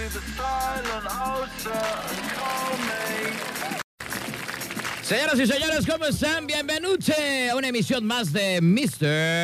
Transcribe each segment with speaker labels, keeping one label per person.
Speaker 1: Señoras y señores, ¿cómo están? Bienvenidos a una emisión más de Mr.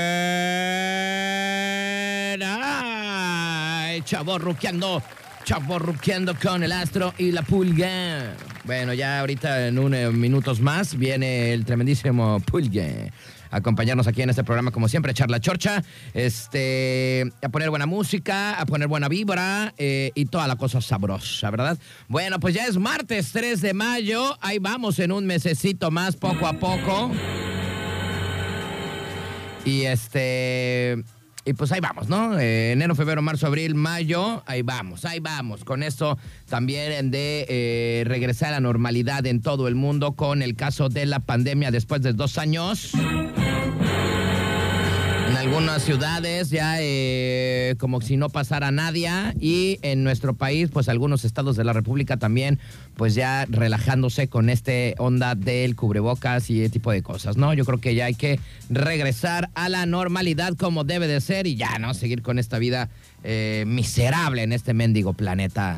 Speaker 1: Chavorruqueando con el Astro y la Pulga. Bueno, ya ahorita en unos minutos más viene el tremendísimo Pulga a acompañarnos aquí en este programa, como siempre, echar la chorcha, a poner buena música, a poner buena vibra y toda la cosa sabrosa, ¿verdad? Bueno, pues ya es martes 3 de mayo, ahí vamos en un mesecito más, poco a poco. Y pues ahí vamos, ¿no? Enero, febrero, marzo, abril, mayo, ahí vamos. Con esto también de regresar a la normalidad en todo el mundo con el caso de la pandemia después de 2 años. En algunas ciudades ya como si no pasara nadie, y en nuestro país, pues algunos estados de la República también, pues ya relajándose con onda del cubrebocas y ese tipo de cosas, ¿no? Yo creo que ya hay que regresar a la normalidad como debe de ser y ya, ¿no? Seguir con esta vida miserable en este mendigo planeta.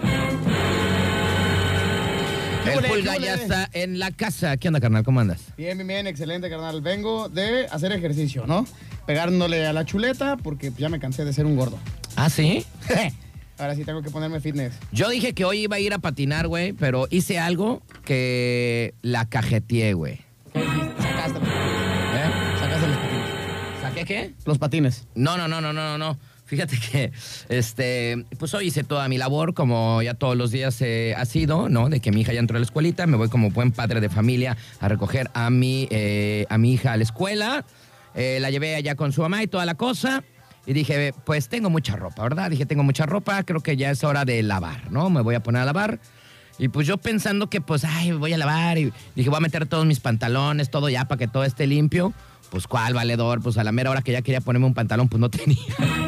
Speaker 1: El Pulga ya está en la casa. ¿Qué onda, carnal? ¿Cómo andas?
Speaker 2: Bien, excelente, carnal. Vengo de hacer ejercicio, ¿no? Pegándole a la chuleta porque ya me cansé de ser un gordo.
Speaker 1: ¿Ah, sí?
Speaker 2: Ahora sí tengo que ponerme fitness.
Speaker 1: Yo dije que hoy iba a ir a patinar, güey, pero hice algo que la cajeteé, güey.
Speaker 2: ¿Qué hiciste? Sacaste los patines. Sacaste los patines.
Speaker 1: ¿Saqué qué?
Speaker 2: Los patines.
Speaker 1: No. Fíjate que, pues hoy hice toda mi labor, como ya todos los días ha sido, ¿no? De que mi hija ya entró a la escuelita, me voy como buen padre de familia a recoger a mi hija a la escuela. La llevé allá con su mamá y toda la cosa. Y dije, pues tengo mucha ropa, ¿verdad? Tengo mucha ropa, creo que ya es hora de lavar, ¿no? Me voy a poner a lavar. Y pues yo pensando que, pues, voy a lavar. Y dije, voy a meter todos mis pantalones, todo ya para que todo esté limpio. Pues, ¿cuál valedor? Pues a la mera hora que ya quería ponerme un pantalón, pues no tenía.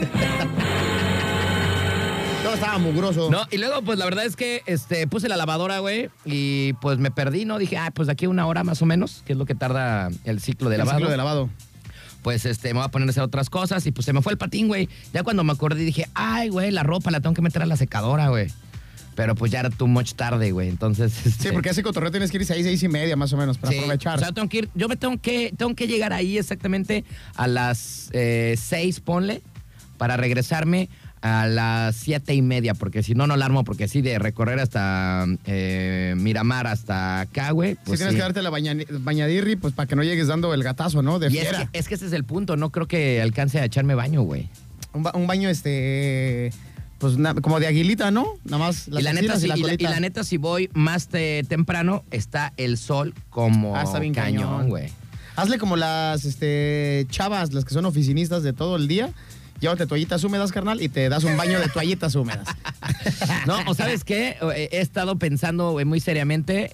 Speaker 2: Todo estaba mugroso.
Speaker 1: No, y luego, pues la verdad es que puse la lavadora, güey, y pues me perdí, ¿no? Dije, pues de aquí a 1 hora más o menos, que es lo que tarda el ciclo de lavado.
Speaker 2: El ciclo de lavado.
Speaker 1: Pues me voy a poner a hacer otras cosas y pues se me fue el patín, güey. Ya cuando me acordé dije, güey, la ropa la tengo que meter a la secadora, güey. Pero pues ya era too much tarde, güey. Entonces,
Speaker 2: Sí, porque ese cotorreo tienes que ir 6:30 más o menos para aprovechar.
Speaker 1: O sea, tengo que llegar ahí exactamente a las 6, ponle, para regresarme a las 7:30, porque si no, no la armo, porque sí, de recorrer hasta Miramar hasta acá, güey. Pues
Speaker 2: tienes que darte la bañadirri, pues para que no llegues dando el gatazo, ¿no? De fiera.
Speaker 1: Es que ese es el punto, no creo que alcance a echarme baño, güey.
Speaker 2: Un baño, pues como de aguilita, ¿no? Nada más las axilas y la colita.
Speaker 1: Y la neta, si voy más temprano, está el sol como
Speaker 2: está bien
Speaker 1: cañón, güey.
Speaker 2: Hazle como las chavas, las que son oficinistas de todo el día. Llévate toallitas húmedas, carnal, y te das un baño de toallitas húmedas.
Speaker 1: No, o ¿sabes qué? He estado pensando, güey, muy seriamente,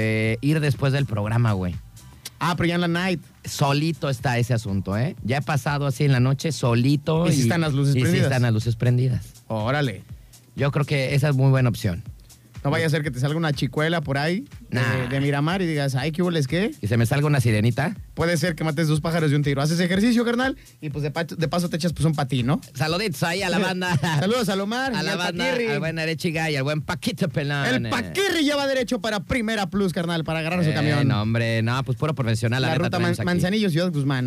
Speaker 1: ir después del programa, güey.
Speaker 2: Pero ya en la night.
Speaker 1: Solito está ese asunto, ¿eh? Ya he pasado así en la noche, solito.
Speaker 2: ¿Y si están las luces prendidas?
Speaker 1: Y si están las luces prendidas.
Speaker 2: Órale.
Speaker 1: Yo creo que esa es muy buena opción.
Speaker 2: No vaya a ser que te salga una chicuela por ahí de Miramar y digas, ¿qué hules qué?
Speaker 1: Y se me salga una sirenita.
Speaker 2: Puede ser que mates 2 pájaros de un tiro. Haces ejercicio, carnal, y pues de paso te echas pues un patín, ¿no?
Speaker 1: Saluditos ahí a la banda.
Speaker 2: Saludos a Lomar,
Speaker 1: a la banda,
Speaker 2: Paquirri.
Speaker 1: al buen Arechiga y al buen Paquito Pelón.
Speaker 2: El Paquirri ya va derecho para Primera Plus, carnal, para agarrar su camión.
Speaker 1: No, hombre, pues puro profesional.
Speaker 2: La ruta Manzanillo, Ciudad Guzmán.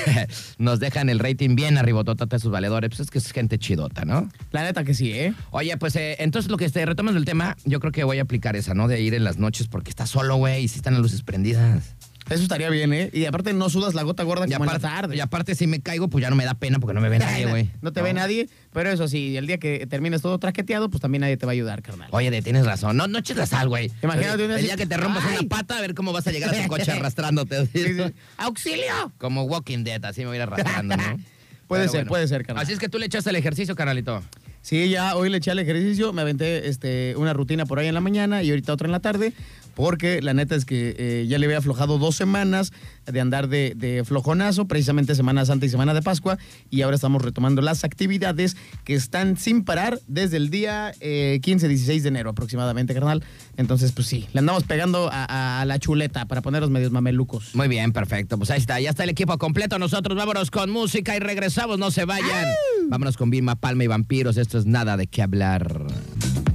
Speaker 1: Nos dejan el rating bien arribotota de sus valedores. Pues es que es gente chidota, ¿no?
Speaker 2: La neta que sí, ¿eh?
Speaker 1: Oye, pues entonces lo que retomando el tema, yo creo que voy a aplicar esa, ¿no? De ir en las noches porque está solo, güey, y si están las luces prendidas.
Speaker 2: Eso estaría bien, ¿eh? Y aparte no sudas la gota gorda como en la tarde.
Speaker 1: Y aparte si me caigo, pues ya no me da pena porque no me ve nadie, güey.
Speaker 2: No te ve nadie, pero eso sí, el día que termines todo traqueteado, pues también nadie te va a ayudar, carnal.
Speaker 1: Oye, tienes razón. No eches la sal, güey.
Speaker 2: Imagínate
Speaker 1: el día que te rompas una pata, a ver cómo vas a llegar a tu coche arrastrándote.
Speaker 2: Sí. ¡Auxilio!
Speaker 1: Como Walking Dead, así me voy a ir arrastrando, ¿no?
Speaker 2: Puede ser, carnal.
Speaker 1: Así es que tú le echaste el ejercicio, carnalito.
Speaker 2: Sí, ya hoy le eché al ejercicio, me aventé una rutina por ahí en la mañana y ahorita otra en la tarde, porque la neta es que ya le había aflojado 2 semanas de andar de flojonazo, precisamente Semana Santa y Semana de Pascua, y ahora estamos retomando las actividades que están sin parar desde el día 15-16 de enero aproximadamente, carnal. Entonces, pues sí, le andamos pegando a la chuleta para ponerlos medios mamelucos.
Speaker 1: Muy bien, perfecto. Pues ahí está, ya está el equipo completo. Nosotros vámonos con música y regresamos, no se vayan. Vámonos con Vilma Palma y Vampiros. Esto es Nada de Qué Hablar.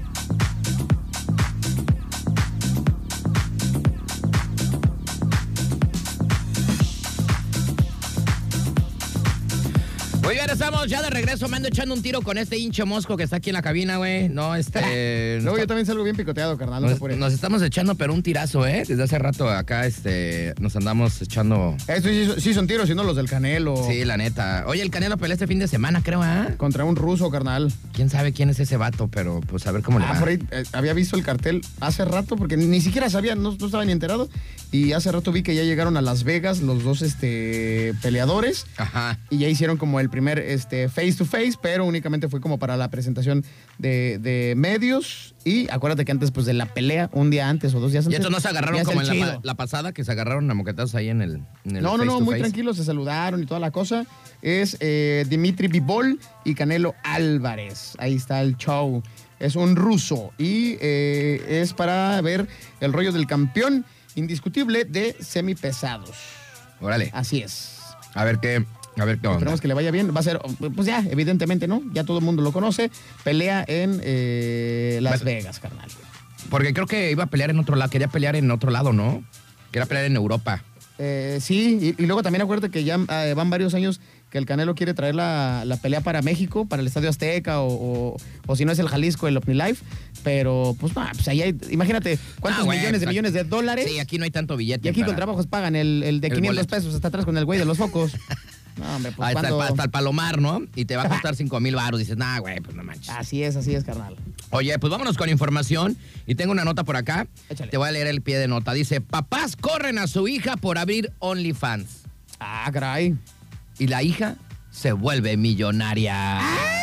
Speaker 1: Muy bien, estamos ya de regreso. Me ando echando un tiro con este hinche mosco que está aquí en la cabina, güey. No,
Speaker 2: Luego yo también salgo bien picoteado, carnal. No
Speaker 1: nos estamos echando, pero un tirazo, ¿eh? Desde hace rato acá, nos andamos echando.
Speaker 2: Estos sí son tiros, sino los del Canelo.
Speaker 1: Sí, la neta. Oye, el Canelo pelea este fin de semana, creo, ¿ah?
Speaker 2: Contra un ruso, carnal.
Speaker 1: Quién sabe quién es ese vato, pero pues a ver cómo le va.
Speaker 2: Por ahí había visto el cartel hace rato, porque ni siquiera sabía, no estaba ni enterado. Y hace rato vi que ya llegaron a Las Vegas los dos peleadores.
Speaker 1: Ajá.
Speaker 2: Y ya hicieron como el primer face to face, pero únicamente fue como para la presentación de medios. Y acuérdate que antes pues de la pelea, un día antes o 2 días antes.
Speaker 1: Y estos no se agarraron como en la pasada, que se agarraron a moquetazos ahí en el
Speaker 2: No, muy tranquilos, se saludaron y toda la cosa. Es Dimitri Bivol y Canelo Álvarez. Ahí está el show. Es un ruso y es para ver el rollo del campeón indiscutible de semipesados.
Speaker 1: Órale.
Speaker 2: Así es.
Speaker 1: A ver qué onda.
Speaker 2: Esperemos que le vaya bien. Va a ser, pues ya, evidentemente, ¿no? Ya todo el mundo lo conoce. Pelea en Las Vegas, carnal.
Speaker 1: Porque creo que iba a pelear en otro lado. Quería pelear en otro lado, ¿no? Quería pelear en Europa.
Speaker 2: Sí, y luego también acuérdate que ya van varios años que el Canelo quiere traer la pelea para México, para el Estadio Azteca o si no es el Jalisco, el OmniLife. Pero, pues, pues ahí hay, imagínate cuántos millones de dólares.
Speaker 1: Sí, aquí no hay tanto billete.
Speaker 2: Y aquí con trabajos pagan el de 500 pesos hasta atrás con el güey de los focos. No, hombre, pues
Speaker 1: hasta el Palomar, ¿no? Y te va a costar 5,000 baros. Dices, nah, güey, pues no manches.
Speaker 2: Así es, carnal.
Speaker 1: Oye, pues vámonos con información. Y tengo una nota por acá.
Speaker 2: Échale.
Speaker 1: Te voy a leer el pie de nota. Dice, papás corren a su hija por abrir OnlyFans.
Speaker 2: Ah, caray.
Speaker 1: Y la hija se vuelve millonaria.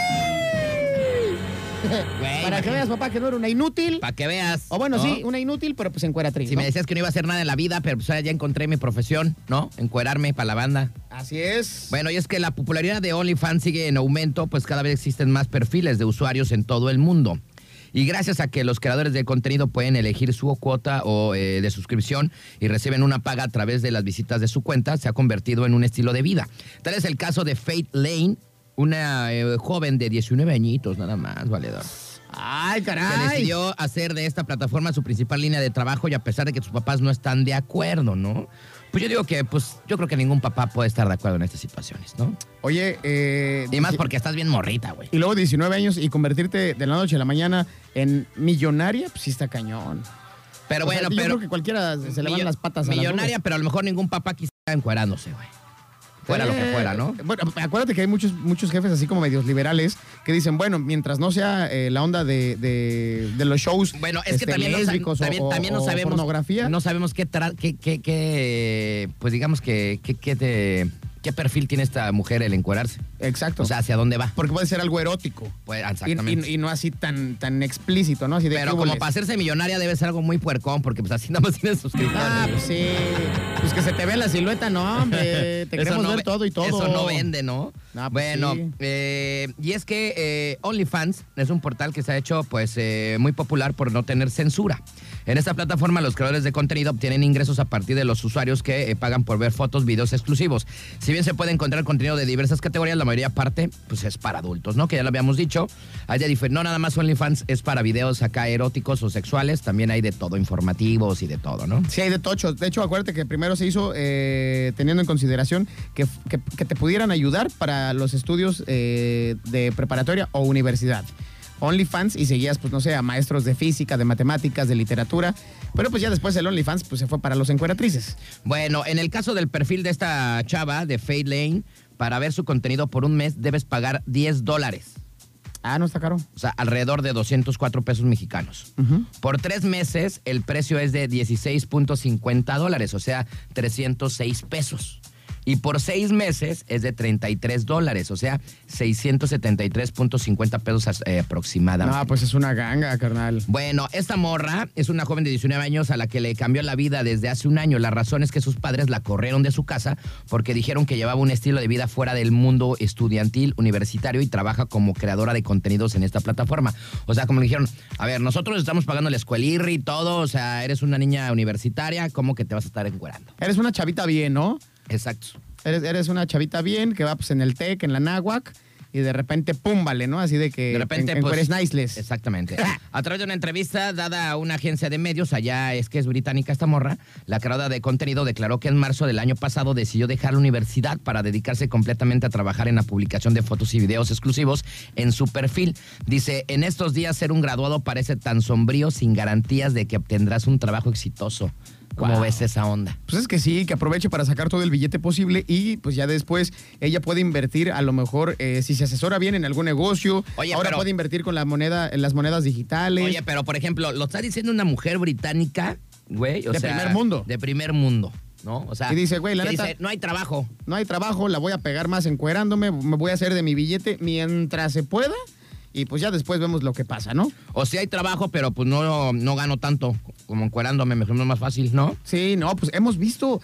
Speaker 2: Güey, para que veas, papá, que no era una inútil.
Speaker 1: Para que veas.
Speaker 2: O bueno,
Speaker 1: ¿no?
Speaker 2: Sí, una inútil, pero pues encueratriz.
Speaker 1: Si me decías que no iba a hacer nada en la vida, pero pues ya encontré mi profesión, ¿no? Encuerarme para la banda.
Speaker 2: Así es.
Speaker 1: Bueno, y es que la popularidad de OnlyFans sigue en aumento, pues cada vez existen más perfiles de usuarios en todo el mundo. Y gracias a que los creadores de contenido pueden elegir su cuota o de suscripción y reciben una paga a través de las visitas de su cuenta, se ha convertido en un estilo de vida. Tal es el caso de Faith Lane, una joven de 19 añitos nada más, valedor.
Speaker 2: ¡Ay, caray!
Speaker 1: Que decidió hacer de esta plataforma su principal línea de trabajo y a pesar de que sus papás no están de acuerdo, ¿no? Pues yo digo que, pues, yo creo que ningún papá puede estar de acuerdo en estas situaciones, ¿no?
Speaker 2: Oye,
Speaker 1: y más porque estás bien morrita, güey.
Speaker 2: Y luego 19 años y convertirte de la noche a la mañana en millonaria, pues sí está cañón.
Speaker 1: Pero bueno,
Speaker 2: yo creo que cualquiera se le van las patas a la
Speaker 1: millonaria, pero a lo mejor ningún papá quisiera encuerándose, güey. Fuera lo que fuera, ¿no?
Speaker 2: Bueno, acuérdate que hay muchos jefes así como medios liberales que dicen, bueno, mientras no sea la onda de los shows
Speaker 1: bueno, es que también
Speaker 2: lésbicos
Speaker 1: también no sabemos
Speaker 2: pornografía.
Speaker 1: No sabemos qué pues digamos qué perfil tiene esta mujer el encuerarse.
Speaker 2: Exacto.
Speaker 1: O sea, ¿hacia dónde va?
Speaker 2: Porque puede ser algo erótico.
Speaker 1: Pues, exactamente.
Speaker 2: Y no así tan explícito, ¿no? Así de
Speaker 1: pero como para hacerse millonaria debe ser algo muy puercón, porque pues así nada más tienes suscriptores.
Speaker 2: Ah, pues sí. Pues que se te ve la silueta, no, hombre. Te queremos ver todo y todo.
Speaker 1: Eso no vende, ¿no?
Speaker 2: Pues
Speaker 1: bueno,
Speaker 2: sí.
Speaker 1: Y es que OnlyFans es un portal que se ha hecho pues muy popular por no tener censura. En esta plataforma los creadores de contenido obtienen ingresos a partir de los usuarios que pagan por ver fotos, videos exclusivos. Si bien se puede encontrar contenido de diversas categorías, la mayoría parte pues es para adultos, ¿no? Que ya lo habíamos dicho. No nada más OnlyFans es para videos acá eróticos o sexuales, también hay de todo, informativos y de todo, ¿no?
Speaker 2: Sí, hay de tocho. De hecho, acuérdate que primero se hizo teniendo en consideración que te pudieran ayudar para los estudios de preparatoria o universidad. OnlyFans y seguías, pues no sé, a maestros de física, de matemáticas, de literatura, pero pues ya después el OnlyFans pues se fue para los encueratrices.
Speaker 1: Bueno, en el caso del perfil de esta chava, de Faith Lane, para ver su contenido por un mes debes pagar $10.
Speaker 2: Ah, no está caro.
Speaker 1: O sea, alrededor de 204 pesos mexicanos.
Speaker 2: Uh-huh.
Speaker 1: Por 3 meses el precio es de $16.50, o sea, 306 pesos. Y por 6 meses es de $33, o sea, 673.50 pesos aproximadamente.
Speaker 2: No, pues es una ganga, carnal.
Speaker 1: Bueno, esta morra es una joven de 19 años a la que le cambió la vida desde hace un año. La razón es que sus padres la corrieron de su casa porque dijeron que llevaba un estilo de vida fuera del mundo estudiantil, universitario y trabaja como creadora de contenidos en esta plataforma. O sea, como le dijeron, a ver, nosotros estamos pagando la escuelirri y todo, o sea, eres una niña universitaria, ¿cómo que te vas a estar encuerando?
Speaker 2: Eres una chavita bien, ¿no?
Speaker 1: Exacto.
Speaker 2: Eres una chavita bien que va pues en el TEC, en la náhuac, y de repente, pum, vale, ¿no? Así de que
Speaker 1: De repente,
Speaker 2: encueres niceless.
Speaker 1: Exactamente. A través de una entrevista dada a una agencia de medios, allá es que es británica esta morra, la creadora de contenido declaró que en marzo del año pasado decidió dejar la universidad para dedicarse completamente a trabajar en la publicación de fotos y videos exclusivos en su perfil. Dice, en estos días ser un graduado parece tan sombrío sin garantías de que obtendrás un trabajo exitoso. ¿Cómo ves esa onda?
Speaker 2: Pues es que sí, que aproveche para sacar todo el billete posible y pues ya después ella puede invertir a lo mejor si se asesora bien en algún negocio.
Speaker 1: Oye,
Speaker 2: ahora puede invertir con la moneda, en las monedas digitales.
Speaker 1: Oye, pero por ejemplo, lo está diciendo una mujer británica, güey.
Speaker 2: De primer mundo.
Speaker 1: De primer mundo, ¿no? O sea,
Speaker 2: y dice, güey, la neta,
Speaker 1: dice, no hay trabajo.
Speaker 2: No hay trabajo, la voy a pegar más encuerándome, me voy a hacer de mi billete mientras se pueda. Y pues ya después vemos lo que pasa, ¿no?
Speaker 1: O sí hay trabajo, pero pues no gano tanto como encuerándome, mejor no es más fácil, ¿no?
Speaker 2: Sí, no, pues hemos visto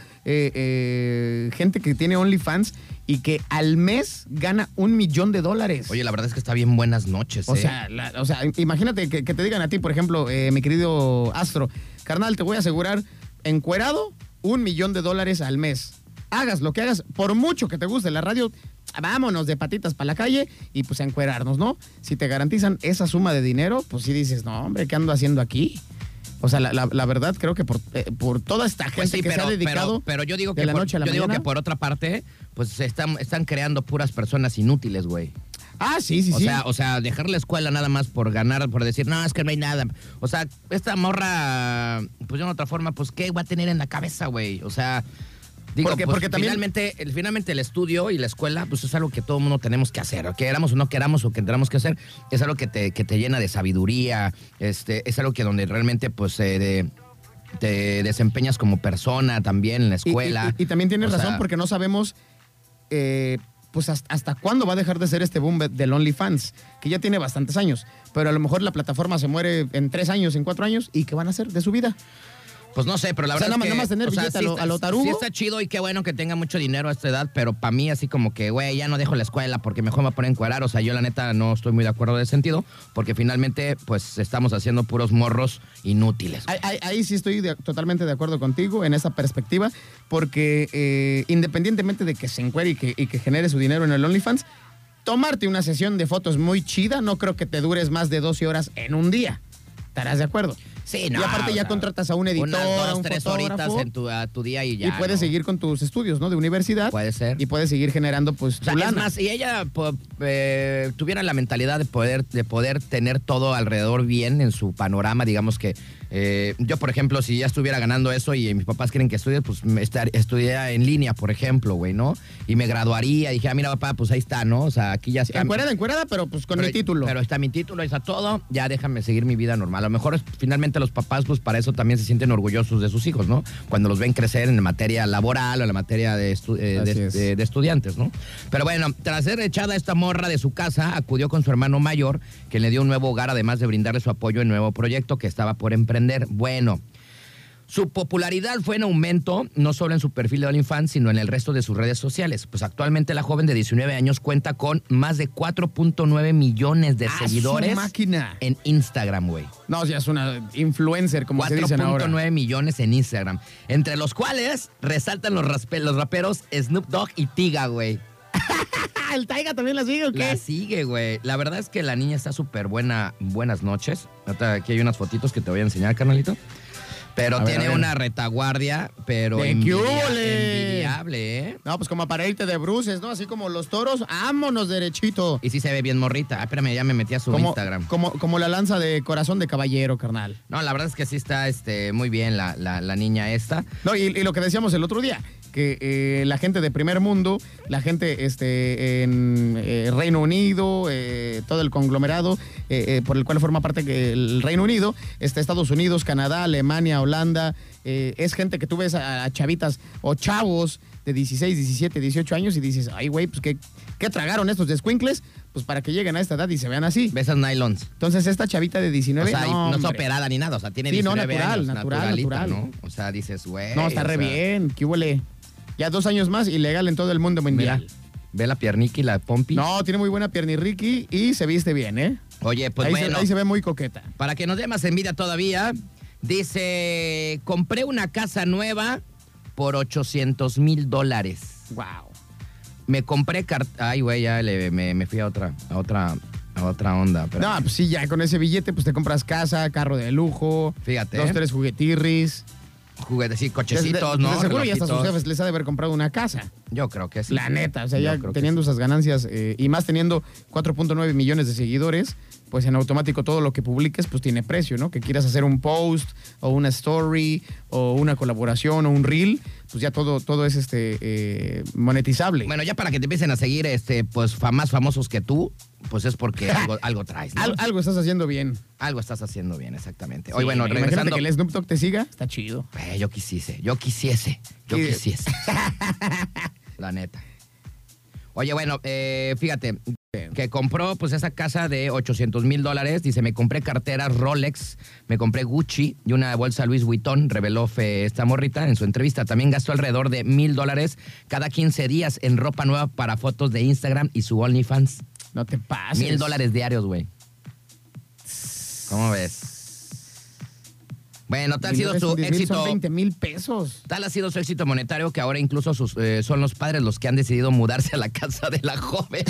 Speaker 2: gente que tiene OnlyFans y que al mes gana $1 millón.
Speaker 1: Oye, la verdad es que está bien buenas noches,
Speaker 2: O sea, imagínate que te digan a ti, por ejemplo, mi querido Astro, carnal, te voy a asegurar encuerado $1 millón al mes. Hagas lo que hagas, por mucho que te guste la radio, vámonos de patitas para la calle y pues a encuerarnos, ¿no? Si te garantizan esa suma de dinero, pues sí dices, no, hombre, ¿qué ando haciendo aquí? O sea, la verdad creo que por toda esta gente
Speaker 1: pues sí,
Speaker 2: que se ha dedicado
Speaker 1: pero yo digo
Speaker 2: de
Speaker 1: que
Speaker 2: la noche a la
Speaker 1: yo digo
Speaker 2: mañana.
Speaker 1: que por otra parte, pues están creando puras personas inútiles, güey.
Speaker 2: Ah, sí.
Speaker 1: O sea, dejar la escuela nada más por ganar, por decir, no, es que no hay nada. O sea, esta morra, pues de una otra forma, pues, ¿qué va a tener en la cabeza, güey? O sea... Digo, porque también finalmente el estudio y la escuela, pues es algo que todo el mundo tenemos que hacer, queramos o no queramos o que tendremos que hacer, es algo que te llena de sabiduría, es algo que donde realmente pues te desempeñas como persona también en la escuela.
Speaker 2: Y también tienes razón porque no sabemos pues hasta cuándo va a dejar de ser este boom del OnlyFans, que ya tiene bastantes años, pero a lo mejor la plataforma se muere en 3 años, en 4 años, ¿y qué van a hacer de su vida?
Speaker 1: Pues no sé, pero la verdad es que...
Speaker 2: nada más tener billete a lo tarugo.
Speaker 1: Sí está chido y qué bueno que tenga mucho dinero a esta edad, pero para mí así como que, güey, ya no dejo la escuela porque mejor me voy a poner a encuerar. O sea, yo la neta no estoy muy de acuerdo de ese sentido, porque finalmente pues estamos haciendo puros morros inútiles.
Speaker 2: Ahí sí estoy totalmente de acuerdo contigo en esa perspectiva, porque independientemente de que se encuere y que genere su dinero en el OnlyFans, tomarte una sesión de fotos muy chida, no creo que te dures más de 12 horas en un día. ¿Estarás de acuerdo?
Speaker 1: Sí, no.
Speaker 2: Y aparte ya contratas a un editor,
Speaker 1: unas 2,
Speaker 2: un
Speaker 1: 3
Speaker 2: fotógrafo,
Speaker 1: horitas a tu día y ya.
Speaker 2: Y puedes seguir con tus estudios, ¿no? De universidad.
Speaker 1: Puede ser.
Speaker 2: Y puedes seguir generando, pues,
Speaker 1: o sea,
Speaker 2: tu lana.
Speaker 1: es más, si ella tuviera la mentalidad de poder tener todo alrededor bien en su panorama, digamos que yo, por ejemplo, si ya estuviera ganando eso y mis papás quieren que estudie, pues estudiaría en línea, por ejemplo, güey, ¿no? Y me graduaría y dije, mira, papá, pues ahí está, ¿no? O sea, aquí ya está.
Speaker 2: Encuerada, pero pues con mi título.
Speaker 1: Pero está mi título, ahí está todo, ya déjame seguir mi vida normal. A lo mejor finalmente los papás, pues para eso también se sienten orgullosos de sus hijos, ¿no? Cuando los ven crecer en materia laboral o en la materia de estudiantes, ¿no? Pero bueno, tras ser echada esta morra de su casa, acudió con su hermano mayor, que le dio un nuevo hogar, además de brindarle su apoyo en un nuevo proyecto que estaba por emprender. Bueno, su popularidad fue en aumento, no solo en su perfil de OnlyFans, sino en el resto de sus redes sociales. Pues actualmente la joven de 19 años cuenta con más de 4.9 millones de seguidores en Instagram, güey.
Speaker 2: No, ya es una influencer, como se dicen ahora.
Speaker 1: 4.9 millones en Instagram, entre los cuales resaltan los raperos Snoop Dogg y Tyga, güey.
Speaker 2: ¿El Tyga también la sigue o qué?
Speaker 1: La sigue, güey. La verdad es que la niña está súper buena. Buenas noches. Aquí hay unas fotitos que te voy a enseñar, carnalito. Pero tiene una retaguardia, pero envidiable, ¿eh?
Speaker 2: No, pues como para irte de bruces, ¿no? Así como los toros, vámonos derechito.
Speaker 1: Y sí se ve bien morrita. Ah, espérame, ya me metí a su Instagram.
Speaker 2: Como la lanza de corazón de caballero, carnal.
Speaker 1: No, la verdad es que sí está muy bien la niña esta.
Speaker 2: No, y lo que decíamos el otro día, que la gente de primer mundo, la gente en Reino Unido, todo el conglomerado por el cual forma parte el Reino Unido, Estados Unidos, Canadá, Alemania, Holanda, es gente que tú ves a chavitas o chavos de 16, 17, 18 años y dices, ay, güey, pues ¿qué tragaron estos descuincles? Pues para que lleguen a esta edad y se vean así.
Speaker 1: Besas nylons.
Speaker 2: Entonces esta chavita de 19...
Speaker 1: O sea, no es operada ni nada, o sea, tiene 19 años. Natural. ¿No? O sea, dices, güey.
Speaker 2: No, está re bien, ¿qué huele? Ya 2 años más y legal en todo el mundo mundial.
Speaker 1: Mira, ve la pierniqui, la pompi.
Speaker 2: No, tiene muy buena pierniqui y se viste bien, ¿eh?
Speaker 1: Oye, pues
Speaker 2: ahí se ve muy coqueta.
Speaker 1: Para que nos dé más envidia todavía, dice, compré una casa nueva por $800,000.
Speaker 2: Wow.
Speaker 1: me compré Ay, güey, ya me fui a otra onda.
Speaker 2: No, pues sí, ya con ese billete pues te compras casa, carro de lujo.
Speaker 1: Fíjate.
Speaker 2: 2, 3 juguetirris.
Speaker 1: Juguetes, sí, cochecitos,
Speaker 2: de
Speaker 1: ¿no?
Speaker 2: seguro ya hasta sus jefes les ha de haber comprado una casa.
Speaker 1: Yo creo que sí.
Speaker 2: La neta, o sea, ya
Speaker 1: Yo
Speaker 2: teniendo esas ganancias y más teniendo 4.9 millones de seguidores, pues en automático todo lo que publiques pues tiene precio, ¿no? Que quieras hacer un post o una story o una colaboración o un reel, pues ya todo es monetizable.
Speaker 1: Bueno, ya para que te empiecen a seguir pues más famosos que tú, pues es porque algo traes, ¿no?
Speaker 2: Algo estás haciendo bien.
Speaker 1: Algo estás haciendo bien, exactamente.
Speaker 2: Sí,
Speaker 1: Hoy, bueno,
Speaker 2: imagínate
Speaker 1: regresando.
Speaker 2: que el Snoop Dogg te siga, está chido.
Speaker 1: Yo quisiese. La neta. Oye, bueno, fíjate, que compró pues esa casa de $800,000. Dice, me compré carteras Rolex, me compré Gucci y una bolsa Louis Vuitton, reveló esta morrita en su entrevista. También gastó alrededor de $1,000 cada 15 días en ropa nueva para fotos de Instagram y su OnlyFans.
Speaker 2: No te pases.
Speaker 1: $1,000 diarios, güey. ¿Cómo ves? Bueno, tal ha sido su éxito.
Speaker 2: Son 20,000 pesos.
Speaker 1: Tal ha sido su éxito monetario que ahora incluso son los padres los que han decidido mudarse a la casa de la joven.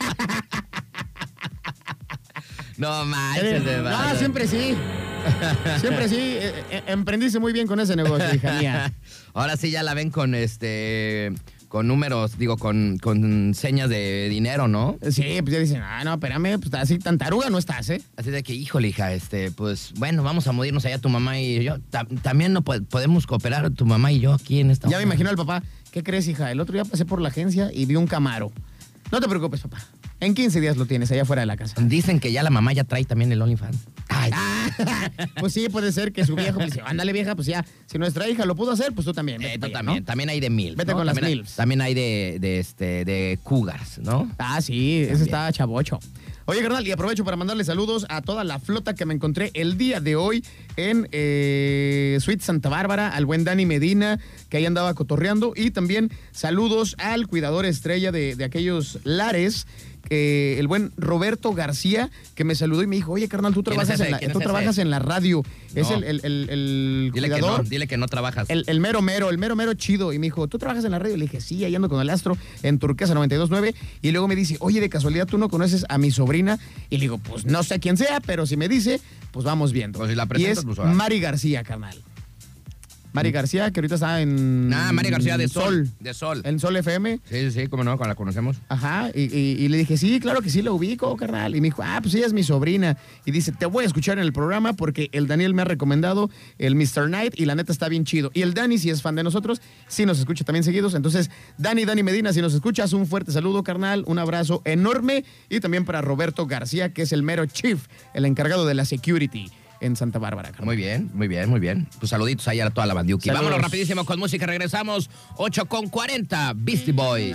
Speaker 1: No manches, de verdad.
Speaker 2: No, siempre sí. Siempre sí. Emprendiste muy bien con ese negocio, hija mía.
Speaker 1: Ahora sí ya la ven con con números, con señas de dinero, ¿no?
Speaker 2: Sí, pues ya dicen, no, espérame, pues así tan taruga no estás, ¿eh?
Speaker 1: Así de que, híjole, hija, pues bueno, vamos a mudarnos allá tu mamá y yo. También no podemos cooperar tu mamá y yo aquí en esta.
Speaker 2: Ya me imagino al papá, ¿qué crees, hija? El otro día pasé por la agencia y vi un Camaro. No te preocupes, papá. En 15 días lo tienes allá afuera de la casa.
Speaker 1: Dicen que ya la mamá ya trae también el OnlyFans. Ay.
Speaker 2: Pues sí, puede ser que su viejo dice, ándale vieja, pues ya, si nuestra hija lo pudo hacer, pues tú también.
Speaker 1: Tú también, ¿no? También hay de MILF.
Speaker 2: Vete, ¿no? Con
Speaker 1: también
Speaker 2: las MILFs.
Speaker 1: También hay de Cougars, ¿no?
Speaker 2: Sí, ese está chavocho. Oye, carnal, y aprovecho para mandarle saludos a toda la flota que me encontré el día de hoy en Suite Santa Bárbara, al buen Dani Medina, que ahí andaba cotorreando, y también saludos al cuidador estrella de aquellos lares, el buen Roberto García, que me saludó y me dijo, oye, carnal, tú trabajas en la radio. No. Es el cuidador.
Speaker 1: Dile que no trabajas.
Speaker 2: El mero chido. Y me dijo, ¿tú trabajas en la radio? Le dije, sí, ahí ando con el Astro en Turquesa 92.9. Y luego me dice, oye, de casualidad, ¿tú no conoces a mi sobrina? Y le digo, pues no sé quién sea, pero si me dice, pues vamos viendo.
Speaker 1: Pues si la
Speaker 2: presentas, y es Mari García, carnal. Mari García, que ahorita está en...
Speaker 1: Mari García de Sol. De Sol.
Speaker 2: En Sol FM.
Speaker 1: Sí, cómo no, la conocemos.
Speaker 2: Ajá, y le dije, sí, claro que sí, la ubico, carnal. Y me dijo, pues ella es mi sobrina. Y dice, te voy a escuchar en el programa porque el Daniel me ha recomendado el Mr. Knight y la neta está bien chido. Y el Dani, si es fan de nosotros, sí nos escucha también seguidos. Entonces, Dani Medina, si nos escuchas, un fuerte saludo, carnal, un abrazo enorme. Y también para Roberto García, que es el mero chief, el encargado de la security en Santa Bárbara, carnal.
Speaker 1: Muy bien. Pues saluditos ahí a toda la bandiuki. Vámonos rapidísimo con música, regresamos 8:40, Beastie Boys.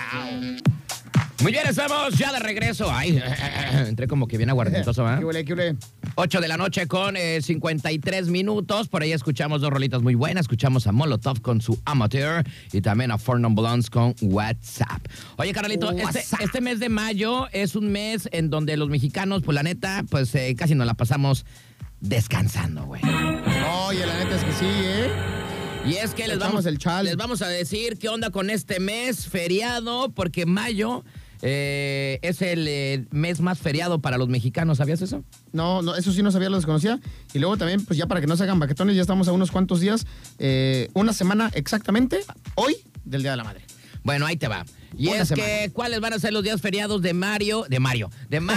Speaker 1: Muy bien, estamos ya de regreso. Ay, entré como que bien aguardentoso, ¿eh?
Speaker 2: ¿Qué huele?
Speaker 1: 8 de la noche con 53 minutos. Por ahí escuchamos dos rolitas muy buenas. Escuchamos a Molotov con su Amateur y también a Four Non Blondes con WhatsApp. Oye, carnalito, este mes de mayo es un mes en donde los mexicanos, pues la neta, pues casi nos la pasamos descansando, güey.
Speaker 2: Oye, la neta es que sí, ¿eh?
Speaker 1: Y es que les vamos a decir qué onda con este mes feriado, porque mayo es el mes más feriado para los mexicanos. ¿Sabías eso?
Speaker 2: No, eso sí no sabía, lo desconocía. Y luego también, pues ya para que no se hagan baquetones, ya estamos a unos cuantos días, una semana exactamente, hoy, del Día de la Madre.
Speaker 1: Bueno, ahí te va. Y es que, ¿cuáles van a ser los días feriados de mayo? Mario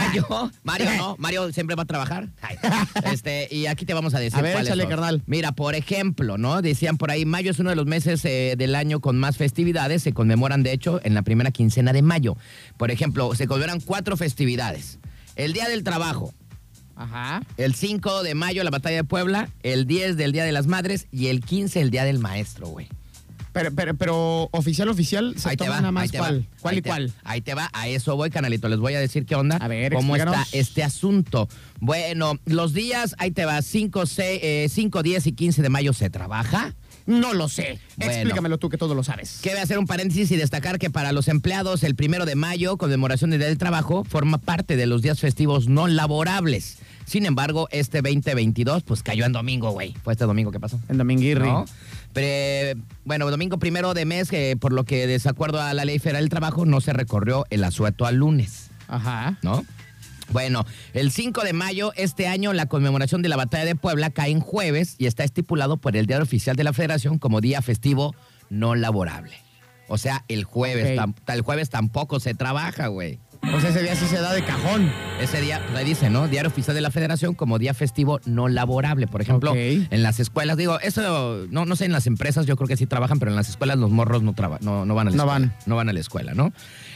Speaker 1: no, Mario siempre va a trabajar. Y aquí te vamos a decir cuáles
Speaker 2: échale,
Speaker 1: son.
Speaker 2: Carnal.
Speaker 1: Mira, por ejemplo, ¿no? Decían por ahí, mayo es uno de los meses del año con más festividades. Se conmemoran, de hecho, en la primera quincena de mayo. Por ejemplo, se conmemoran 4 festividades. El Día del Trabajo.
Speaker 2: Ajá.
Speaker 1: El 5 de mayo, la Batalla de Puebla. El 10 del Día de las Madres. Y el 15, el Día del Maestro, güey.
Speaker 2: Pero oficial, se toma nada más cuál.
Speaker 1: Ahí te va, a eso voy, canalito. Les voy a decir qué onda.
Speaker 2: A ver,
Speaker 1: cómo
Speaker 2: explícanos.
Speaker 1: está este asunto. Bueno, los días, ahí te va, 5, 10 y 15 de mayo se trabaja.
Speaker 2: No lo sé.
Speaker 1: Bueno,
Speaker 2: explícamelo tú, que todo lo sabes.
Speaker 1: Que voy a hacer un paréntesis y destacar que para los empleados el 1 de mayo, conmemoración del Día del Trabajo, forma parte de los días festivos no laborables. Sin embargo, este 2022, pues cayó en domingo, güey. Fue este domingo que pasó.
Speaker 2: En Dominguirri.
Speaker 1: ¿No? Pero, bueno, domingo 1 de mes, por lo que desacuerdo a la Ley Federal del Trabajo, no se recorrió el asueto al lunes.
Speaker 2: Ajá.
Speaker 1: ¿No? Bueno, el 5 de mayo, este año, la conmemoración de la Batalla de Puebla cae en jueves y está estipulado por el Diario Oficial de la Federación como día festivo no laborable. O sea, el jueves,
Speaker 2: Ok.
Speaker 1: el jueves tampoco se trabaja, güey.
Speaker 2: Pues ese día sí se da de cajón.
Speaker 1: Ese día, pues ahí dice, ¿no? Diario Oficial de la Federación como día festivo no laborable. Por ejemplo,
Speaker 2: Ok.
Speaker 1: en las escuelas, digo, eso no sé, en las empresas yo creo que sí trabajan, pero en las escuelas los morros no van a la
Speaker 2: No
Speaker 1: escuela.
Speaker 2: van.
Speaker 1: No van a la escuela, ¿no?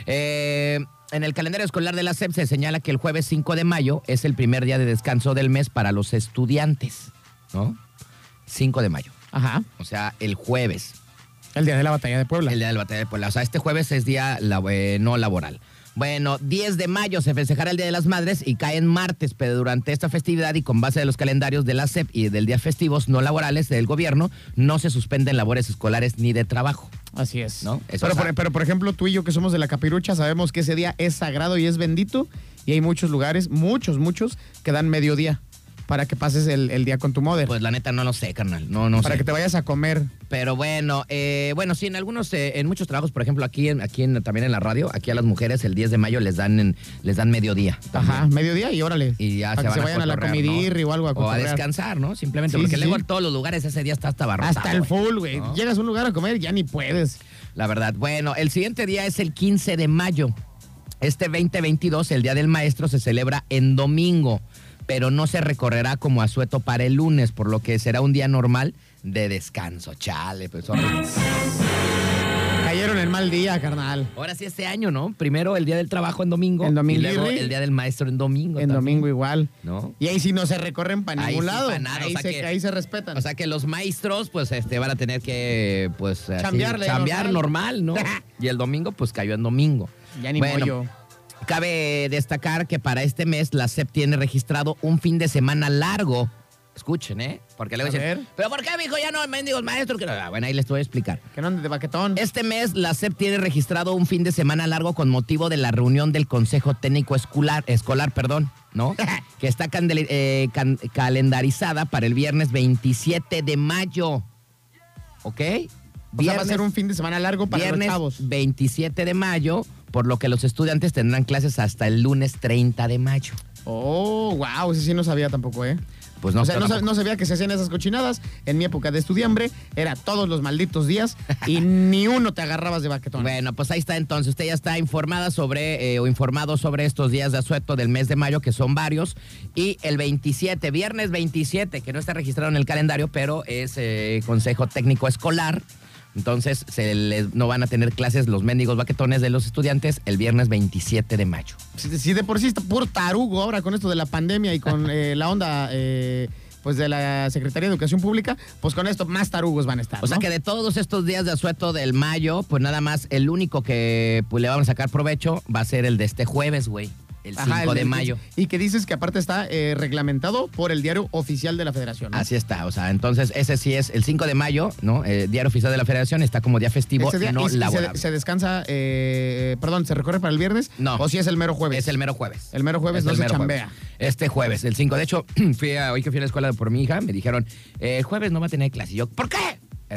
Speaker 1: En el calendario escolar de la SEP se señala que el jueves 5 de mayo es el primer día de descanso del mes para los estudiantes, ¿no? 5 de mayo.
Speaker 2: Ajá.
Speaker 1: O sea, el jueves.
Speaker 2: El día de la batalla de Puebla.
Speaker 1: El día de la Batalla de Puebla. O sea, este jueves es día no laboral. Bueno, 10 de mayo se festejará el Día de las Madres y cae en martes, pero durante esta festividad y con base de los calendarios de la SEP y del día festivos no laborales del gobierno, no se suspenden labores escolares ni de trabajo.
Speaker 2: Así es.
Speaker 1: ¿No? Eso
Speaker 2: Pero,
Speaker 1: es-
Speaker 2: pero, por ejemplo, tú y yo que somos de la Capirucha sabemos que ese día es sagrado y es bendito y hay muchos lugares, muchos, que dan mediodía para que pases el día con tu mother.
Speaker 1: Pues la neta no lo sé, carnal. No
Speaker 2: para
Speaker 1: sé.
Speaker 2: que te vayas a comer.
Speaker 1: Pero bueno, sí, en muchos trabajos, por ejemplo, también en la radio, aquí a las mujeres el 10 de mayo les dan mediodía.
Speaker 2: Ajá, mediodía y órale.
Speaker 1: Y ya
Speaker 2: para que se
Speaker 1: van
Speaker 2: vayan a la
Speaker 1: cotorrear,
Speaker 2: comidurri o algo a
Speaker 1: O a
Speaker 2: cotorrear.
Speaker 1: descansar, ¿no? Simplemente,
Speaker 2: Sí,
Speaker 1: porque
Speaker 2: sí,
Speaker 1: luego
Speaker 2: sí.
Speaker 1: en todos los lugares ese día está hasta abarrotado.
Speaker 2: Hasta el full, güey.
Speaker 1: ¿no?
Speaker 2: Llegas a un lugar a comer, ya ni puedes.
Speaker 1: La verdad. Bueno, el siguiente día es el 15 de mayo. Este 2022, el Día del Maestro, se celebra en domingo, pero no se recorrerá como asueto para el lunes, por lo que será un día normal de descanso. Chale, pues horrible.
Speaker 2: Cayeron en mal día, carnal.
Speaker 1: Ahora sí este año, ¿no? Primero el Día del Trabajo en domingo.
Speaker 2: En dominguirri.
Speaker 1: Y luego el Día del Maestro en domingo.
Speaker 2: En
Speaker 1: también,
Speaker 2: domingo igual.
Speaker 1: ¿no?
Speaker 2: Y ahí sí no se recorren para
Speaker 1: Ahí
Speaker 2: ningún
Speaker 1: sí
Speaker 2: lado.
Speaker 1: pa' nada,
Speaker 2: ahí,
Speaker 1: o sea que-
Speaker 2: ahí se respetan.
Speaker 1: O sea que los maestros, pues, van a tener que, pues, así,
Speaker 2: Chambearle
Speaker 1: chambear
Speaker 2: normal.
Speaker 1: normal, ¿no? Y el domingo, pues, cayó en domingo.
Speaker 2: ya ni
Speaker 1: bueno,
Speaker 2: mollo.
Speaker 1: Cabe destacar que para este mes la SEP tiene registrado un fin de semana largo. Escuchen, ¿eh? Porque luego
Speaker 2: A
Speaker 1: dicen,
Speaker 2: ver.
Speaker 1: ¿pero por qué, mijo? Ya no, mendigos maestros. Que no". Bueno, ahí les voy a explicar.
Speaker 2: Que no anden de baquetón.
Speaker 1: Este mes la SEP tiene registrado un fin de semana largo con motivo de la reunión del Consejo Técnico Escolar, ¿no? Que está calendarizada para el viernes 27 de mayo. ¿Ok?
Speaker 2: O sea, va a ser un fin de semana largo para
Speaker 1: viernes
Speaker 2: los chavos.
Speaker 1: 27 de mayo, por lo que los estudiantes tendrán clases hasta el lunes 30 de mayo.
Speaker 2: Oh, wow, ese sí no sabía tampoco, ¿eh?
Speaker 1: Pues no,
Speaker 2: o sea,
Speaker 1: pero tampoco.
Speaker 2: no sabía que se hacían esas cochinadas. En mi época de estudiambre era todos los malditos días y ni uno te agarrabas de baquetón.
Speaker 1: Bueno, pues ahí está entonces. Usted ya está informada o informado sobre estos días de asueto del mes de mayo, que son varios. Y el 27, viernes 27, que no está registrado en el calendario, pero es Consejo Técnico Escolar. Entonces, no van a tener clases los mendigos baquetones de los estudiantes el viernes 27 de mayo.
Speaker 2: Si de por sí está puro tarugo ahora con esto de la pandemia y con la onda pues de la Secretaría de Educación Pública, pues con esto más tarugos van a estar,
Speaker 1: O sea
Speaker 2: ¿no?
Speaker 1: que de todos estos días de asueto del mayo, pues nada más el único que pues, le vamos a sacar provecho va a ser el de este jueves, güey. El 5
Speaker 2: Ajá,
Speaker 1: de mayo.
Speaker 2: Y que dices que aparte está reglamentado por el Diario Oficial de la Federación, ¿no?
Speaker 1: Así está, o sea, entonces ese sí es el 5 de mayo, ¿no? Diario Oficial de la Federación está como día festivo
Speaker 2: Ese día,
Speaker 1: no
Speaker 2: y
Speaker 1: laborable.
Speaker 2: se descansa, perdón, ¿se recorre para el viernes?
Speaker 1: No.
Speaker 2: ¿O si es el mero jueves?
Speaker 1: Es el mero jueves.
Speaker 2: El mero jueves
Speaker 1: Es
Speaker 2: no
Speaker 1: el
Speaker 2: se
Speaker 1: mero
Speaker 2: chambea.
Speaker 1: jueves. Este jueves, el 5. De hecho, hoy que fui a la escuela por mi hija, me dijeron, jueves no va a tener clase. Y yo, ¿por qué?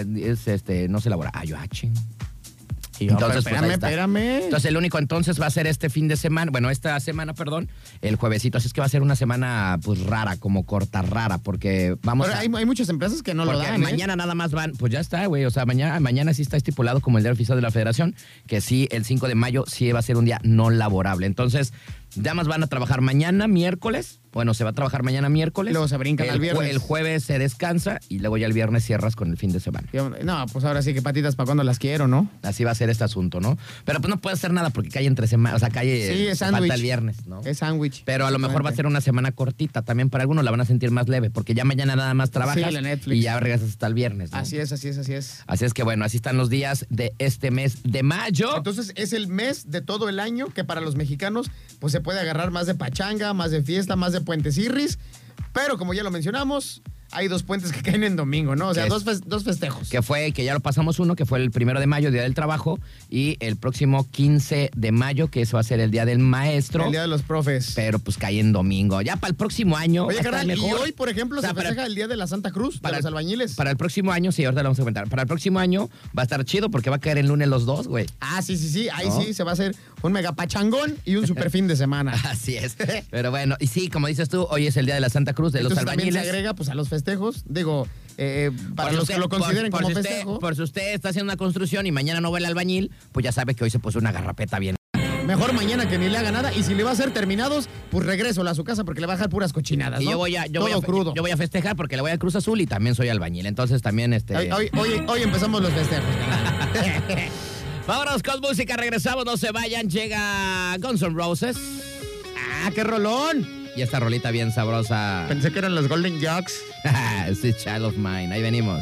Speaker 1: No se labora. Ah, yo, ching.
Speaker 2: Y yo,
Speaker 1: Entonces,
Speaker 2: pero
Speaker 1: pues, ahí está.
Speaker 2: espérame.
Speaker 1: Entonces, el único entonces va a ser este fin de semana, bueno, esta semana, perdón, el juevesito. Así es que va a ser una semana, pues, rara, como corta, rara, porque vamos
Speaker 2: Pero
Speaker 1: a...
Speaker 2: hay muchas empresas que no lo
Speaker 1: Porque
Speaker 2: dan,
Speaker 1: mañana nada más van, pues ya está, güey. O sea, mañana sí está estipulado como el Día Oficial de la Federación, que sí, el 5 de mayo sí va a ser un día no laborable. Entonces, ya más van a trabajar mañana, miércoles. Bueno, se va a trabajar mañana, miércoles.
Speaker 2: Luego se brincan al viernes.
Speaker 1: El jueves se descansa y luego ya el viernes cierras con el fin de semana.
Speaker 2: No, pues ahora sí que patitas para cuando las quiero, ¿no?
Speaker 1: Así va a ser este asunto, ¿no? Pero pues no puede hacer nada porque cae entre semanas, o sea,
Speaker 2: Sí, es
Speaker 1: falta
Speaker 2: sándwich.
Speaker 1: el viernes, ¿no?
Speaker 2: Es sándwich.
Speaker 1: Pero a lo mejor va a ser una semana cortita. También para algunos la van a sentir más leve, porque ya mañana nada más trabajas
Speaker 2: la Netflix.
Speaker 1: y ya regresas hasta el viernes, ¿no?
Speaker 2: Así es, así es, así es.
Speaker 1: Así es que bueno, así están los días de este mes de mayo.
Speaker 2: Entonces es el mes de todo el año que para los mexicanos pues se puede agarrar más de pachanga, más de fiesta, más de puentecirris. Pero como ya lo mencionamos, hay 2 puentes que caen en domingo, ¿no? O sea, dos festejos.
Speaker 1: Que ya lo pasamos uno, que fue el 1 de mayo, Día del Trabajo, y el próximo 15 de mayo, que eso va a ser el Día del Maestro.
Speaker 2: El Día de los Profes.
Speaker 1: Pero pues cae en domingo. Ya para el próximo año.
Speaker 2: Oye,
Speaker 1: va a estar
Speaker 2: carnal,
Speaker 1: mejor.
Speaker 2: y hoy, por ejemplo,
Speaker 1: O sea,
Speaker 2: se festeja el Día de la Santa Cruz, para los albañiles.
Speaker 1: Para el próximo año, sí, ahorita lo vamos a comentar. Para el próximo año va a estar chido porque va a caer el lunes los dos, güey.
Speaker 2: Ah, sí. Ahí
Speaker 1: ¿No?
Speaker 2: sí se va a hacer un mega pachangón y un super fin de semana.
Speaker 1: Así es. Pero bueno, y sí, como dices tú, hoy es el Día de la Santa Cruz, de
Speaker 2: Entonces,
Speaker 1: los albañiles.
Speaker 2: también se agrega pues a los festejos. Digo, para los que lo consideren como festejo.
Speaker 1: Por si usted está haciendo una construcción y mañana no va el albañil, pues ya sabe que hoy se puso una garrapeta bien.
Speaker 2: Mejor mañana que ni le haga nada. Y si le va a hacer terminados, pues regreso a su casa porque le va a dejar puras cochinadas, ¿no?
Speaker 1: Y
Speaker 2: crudo.
Speaker 1: yo voy a festejar porque le voy a Cruz Azul y también soy albañil. Entonces también
Speaker 2: Hoy empezamos los festejos.
Speaker 1: Vámonos con música, regresamos, no se vayan. Llega Guns N' Roses.
Speaker 2: ¡Ah, qué rolón!
Speaker 1: Y esta rolita bien sabrosa.
Speaker 2: Pensé que eran los Golden Jocks.
Speaker 1: Sí, Child of Mine. Ahí venimos.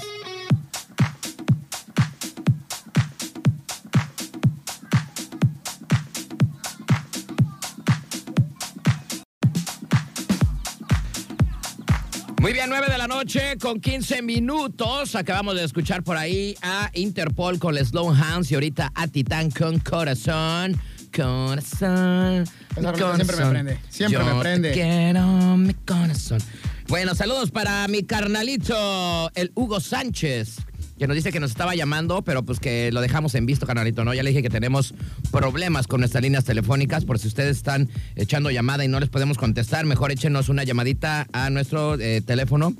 Speaker 1: Muy bien, 9 de la noche con 15 minutos. Acabamos de escuchar por ahí a Interpol con Les Slowhands y ahorita a Titán con Corazón. Corazón.
Speaker 2: Esa rolita siempre me prende. Siempre me prende.
Speaker 1: Quiero mi corazón. Bueno, saludos para mi carnalito, el Hugo Sánchez, que nos dice que nos estaba llamando, pero pues que lo dejamos en visto, carnalito, ¿no? Ya le dije que tenemos problemas con nuestras líneas telefónicas, por si ustedes están echando llamada y no les podemos contestar, mejor échenos una llamadita a nuestro teléfono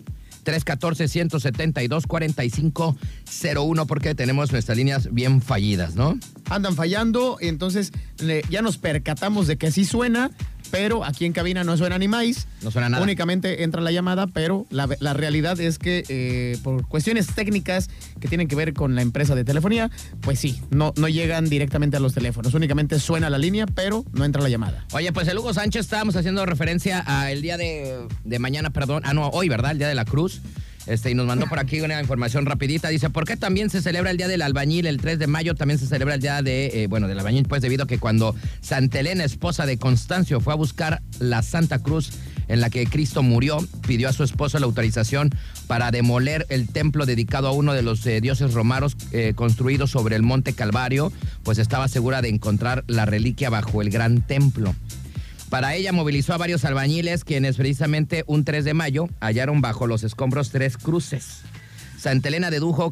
Speaker 1: 314-172-4501, porque tenemos nuestras líneas bien fallidas, ¿no?
Speaker 2: Andan fallando, entonces ya nos percatamos de que sí suena, pero aquí en cabina no suena ni más.
Speaker 1: No suena nada.
Speaker 2: Únicamente entra la llamada, pero la realidad es que por cuestiones técnicas que tienen que ver con la empresa de telefonía, pues sí, no llegan directamente a los teléfonos. Únicamente suena la línea, pero no entra la llamada.
Speaker 1: Oye, pues el Hugo Sánchez, estábamos haciendo referencia al día de mañana, perdón. Ah, no, hoy, ¿verdad? El Día de la Cruz. Y nos mandó por aquí una información rapidita. Dice, ¿por qué también se celebra el Día del Albañil? El 3 de mayo también se celebra el Día del Albañil, pues debido a que cuando Santa Elena, esposa de Constancio, fue a buscar la Santa Cruz en la que Cristo murió, pidió a su esposo la autorización para demoler el templo dedicado a uno de los dioses romanos construido sobre el Monte Calvario, pues estaba segura de encontrar la reliquia bajo el gran templo. Para ella movilizó a varios albañiles, quienes precisamente un 3 de mayo hallaron bajo los escombros 3 cruces. Santa Elena dedujo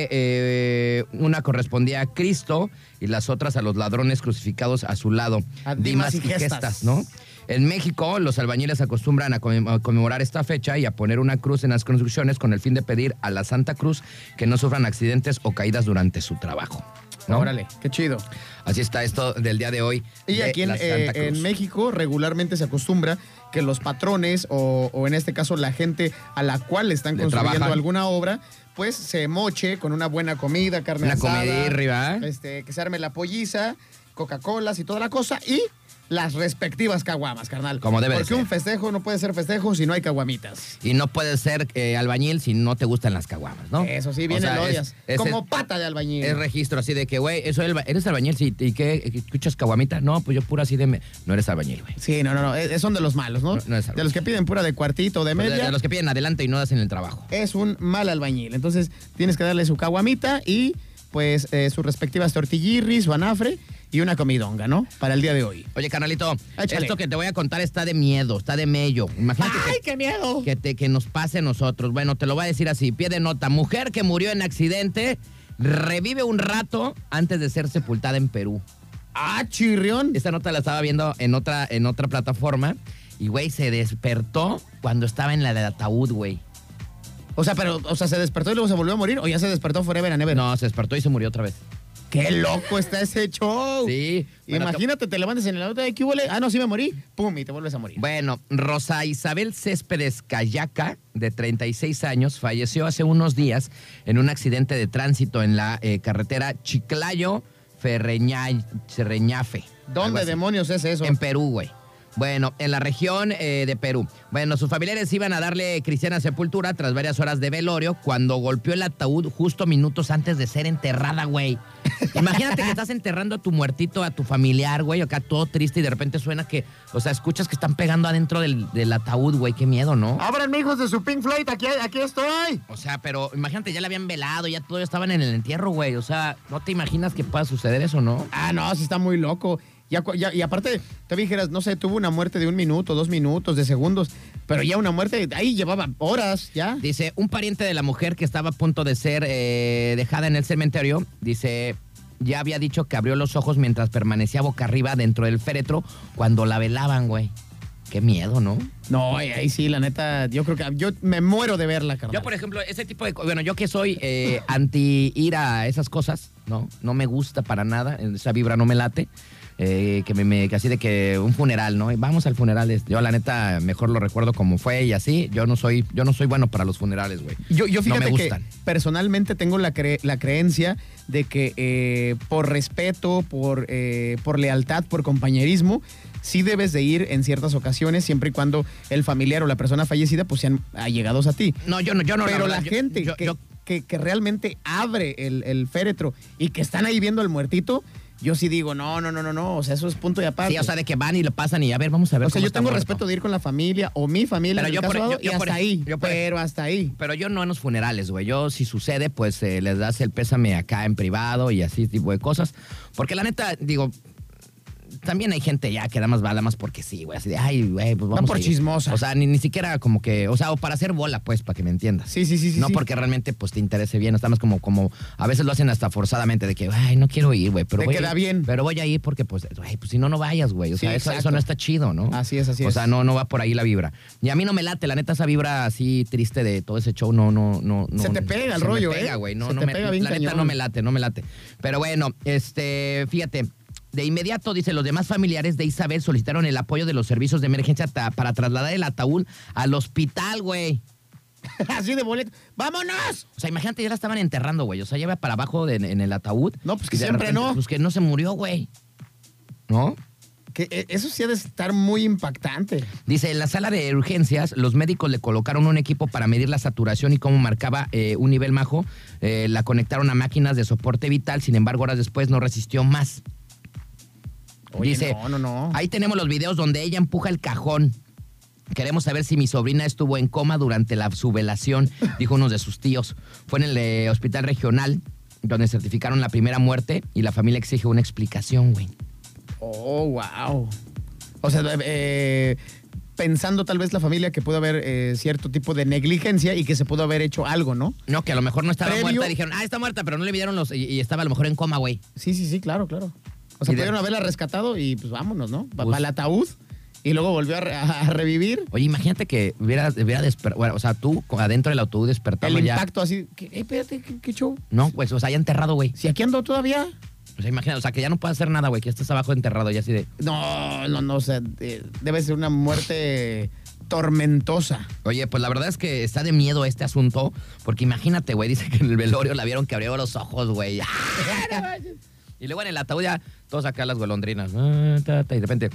Speaker 1: que una correspondía a Cristo y las otras a los ladrones crucificados a su lado.
Speaker 2: A Dimas y Gestas,
Speaker 1: ¿no? En México, los albañiles acostumbran a conmemorar esta fecha y a poner una cruz en las construcciones con el fin de pedir a la Santa Cruz que no sufran accidentes o caídas durante su trabajo, ¿no?
Speaker 2: Órale, qué chido.
Speaker 1: Así está esto del día de hoy.
Speaker 2: Y aquí en México regularmente se acostumbra que los patrones o en este caso la gente a la cual están construyendo alguna obra, pues se moche con una buena comida, carne asada.
Speaker 1: Una comida arriba.
Speaker 2: Que se arme la polliza, Coca-Colas y toda la cosa y las respectivas caguamas, carnal.
Speaker 1: Como debe
Speaker 2: Porque
Speaker 1: ser.
Speaker 2: un festejo no puede ser festejo si no hay caguamitas.
Speaker 1: Y no puedes ser albañil si no te gustan las caguamas, ¿no?
Speaker 2: Eso sí, viene el odias. Como pata de albañil.
Speaker 1: Es registro así de que, güey, eres albañil, sí, ¿y qué? ¿Escuchas caguamita? No, pues yo pura así de... No eres albañil, güey.
Speaker 2: Sí, no. Son de los malos, ¿no?
Speaker 1: No es
Speaker 2: de los que piden pura de cuartito, de media.
Speaker 1: De los que piden adelante y no hacen el trabajo.
Speaker 2: Es un mal albañil. Entonces tienes que darle su caguamita y pues sus respectivas tortillirris, su anafre y una comidonga, ¿no? Para el día de hoy.
Speaker 1: Oye, carnalito,
Speaker 2: Échale.
Speaker 1: Esto que te voy a contar está de miedo, está de mello. Imagínate
Speaker 2: ¡Ay, qué miedo!
Speaker 1: que nos pase a nosotros. Bueno, te lo voy a decir así, pie de nota. Mujer que murió en accidente revive un rato antes de ser sepultada en Perú.
Speaker 2: ¡Ah, chirrión!
Speaker 1: Esta nota la estaba viendo en otra plataforma y, güey, se despertó cuando estaba en la del ataúd, güey.
Speaker 2: O sea, ¿se despertó y luego se volvió a morir o ya se despertó forever and ever?
Speaker 1: No, se despertó y se murió otra vez.
Speaker 2: ¡Qué loco está ese show!
Speaker 1: Sí.
Speaker 2: Imagínate, te levantas en el auto de ¿qué huele? Ah, no, sí me morí. Pum, y te vuelves a morir.
Speaker 1: Bueno, Rosa Isabel Céspedes Cayaca, de 36 años, falleció hace unos días en un accidente de tránsito en la carretera Chiclayo-Ferreñafe.
Speaker 2: ¿Dónde demonios es eso?
Speaker 1: En Perú, güey. Bueno, en la región de Perú. Bueno, sus familiares iban a darle cristiana sepultura tras varias horas de velorio cuando golpeó el ataúd justo minutos antes de ser enterrada, güey. Imagínate que estás enterrando a tu muertito, a tu familiar, güey, acá todo triste y de repente suena que, o sea, escuchas que están pegando adentro del ataúd, güey. Qué miedo, ¿no?
Speaker 2: ¡Ábranme, hijos de su Pink Floyd! ¡Aquí estoy!
Speaker 1: O sea, pero imagínate, ya le habían velado, ya todos estaban en el entierro, güey. O sea, ¿no te imaginas que pueda suceder eso, no?
Speaker 2: Ah, no, sí está muy loco. Y aparte, te dijeras, no sé, tuvo una muerte de 1 minuto, 2 minutos, de segundos, pero ya una muerte, ahí llevaba horas, ya.
Speaker 1: Dice, un pariente de la mujer que estaba a punto de ser dejada en el cementerio, dice, ya había dicho que abrió los ojos mientras permanecía boca arriba dentro del féretro cuando la velaban, güey. Qué miedo, ¿no?
Speaker 2: No, ahí sí, la neta, yo creo que yo me muero de verla, carnal.
Speaker 1: Yo, por ejemplo, ese tipo de... Bueno, yo que soy anti ir a esas cosas, ¿no? No me gusta para nada, esa vibra no me late. Que así de que un funeral, ¿no? Y vamos al funeral. Yo, la neta, mejor lo recuerdo como fue y así. Yo no soy bueno para los funerales, güey.
Speaker 2: Yo fíjate
Speaker 1: no me gustan.
Speaker 2: Que personalmente tengo la creencia de que por respeto, por lealtad, por compañerismo, sí debes de ir en ciertas ocasiones, siempre y cuando el familiar o la persona fallecida pues sean allegados a ti.
Speaker 1: No, yo no.
Speaker 2: Pero la gente que realmente abre el féretro y que están ahí viendo al muertito, yo sí digo, no, o sea, eso es punto y aparte.
Speaker 1: Sí, o sea, de que van y lo pasan y a ver, vamos a ver.
Speaker 2: O sea, yo tengo respeto de ir con la familia o mi familia, pero hasta ahí.
Speaker 1: Pero yo no en los funerales, güey. Yo, si sucede, pues les das el pésame acá en privado y así tipo de cosas. Porque la neta, digo, también hay gente ya que nada más porque sí, güey. Así de, ay, güey, pues vamos.
Speaker 2: No por chismosa.
Speaker 1: O sea, ni siquiera como que, o sea, o para hacer bola, pues, para que me entiendas.
Speaker 2: Sí.
Speaker 1: No porque realmente, pues, te interese bien. Está más como, a veces lo hacen hasta forzadamente, de que, ay, no quiero ir, güey. Pero
Speaker 2: te queda bien.
Speaker 1: Pero voy a ir porque, pues, güey, pues si no vayas, güey. O sea, eso no está chido, ¿no?
Speaker 2: Así es.
Speaker 1: O sea, no va por ahí la vibra. Y a mí no me late, la neta, esa vibra así triste de todo ese show, no.
Speaker 2: Se te pega el rollo,
Speaker 1: Se me pega, güey. No
Speaker 2: te pega bien
Speaker 1: la neta
Speaker 2: cañón.
Speaker 1: no me late. Pero bueno, fíjate. De inmediato, dice, los demás familiares de Isabel solicitaron el apoyo de los servicios de emergencia para trasladar el ataúd al hospital, güey.
Speaker 2: Así de boleto. ¡Vámonos!
Speaker 1: O sea, imagínate, ya la estaban enterrando, güey. O sea, lleva para abajo en el ataúd.
Speaker 2: No, pues que siempre
Speaker 1: repente,
Speaker 2: no.
Speaker 1: Pues que no se murió, güey. ¿No?
Speaker 2: Que eso sí ha de estar muy impactante.
Speaker 1: Dice, en la sala de urgencias, los médicos le colocaron un equipo para medir la saturación y cómo marcaba un nivel bajo. La conectaron a máquinas de soporte vital, sin embargo, horas después no resistió más.
Speaker 2: Oye,
Speaker 1: dice,
Speaker 2: no.
Speaker 1: Ahí tenemos los videos donde ella empuja el cajón. Queremos saber si mi sobrina estuvo en coma durante su velación, dijo uno de sus tíos. Fue en el hospital regional donde certificaron la primera muerte y la familia exige una explicación, güey.
Speaker 2: Oh, wow. O sea, pensando tal vez la familia que pudo haber cierto tipo de negligencia y que se pudo haber hecho algo, ¿no?
Speaker 1: No, que a lo mejor no estaba muerta. Dijeron, está muerta, pero no le midieron y estaba a lo mejor en coma, güey.
Speaker 2: Sí, claro. O sea, pudieron haberla rescatado y pues vámonos, ¿no? Para el ataúd y luego volvió a revivir.
Speaker 1: Oye, imagínate que hubiera despertado. Bueno, o sea, tú adentro del autobús despertando
Speaker 2: el
Speaker 1: ya.
Speaker 2: El impacto así. Espérate, ¿qué show?
Speaker 1: No, pues, o sea, ya enterrado, güey.
Speaker 2: Si aquí ando todavía.
Speaker 1: O sea, imagínate, o sea, que ya no puedes hacer nada, güey, que estás abajo enterrado ya así de...
Speaker 2: No, o sea, debe ser una muerte tormentosa.
Speaker 1: Oye, pues la verdad es que está de miedo este asunto, porque imagínate, güey, dice que en el velorio la vieron que abrió los ojos, güey. Y luego en el ataúd ya, todos acá las golondrinas. Y de repente...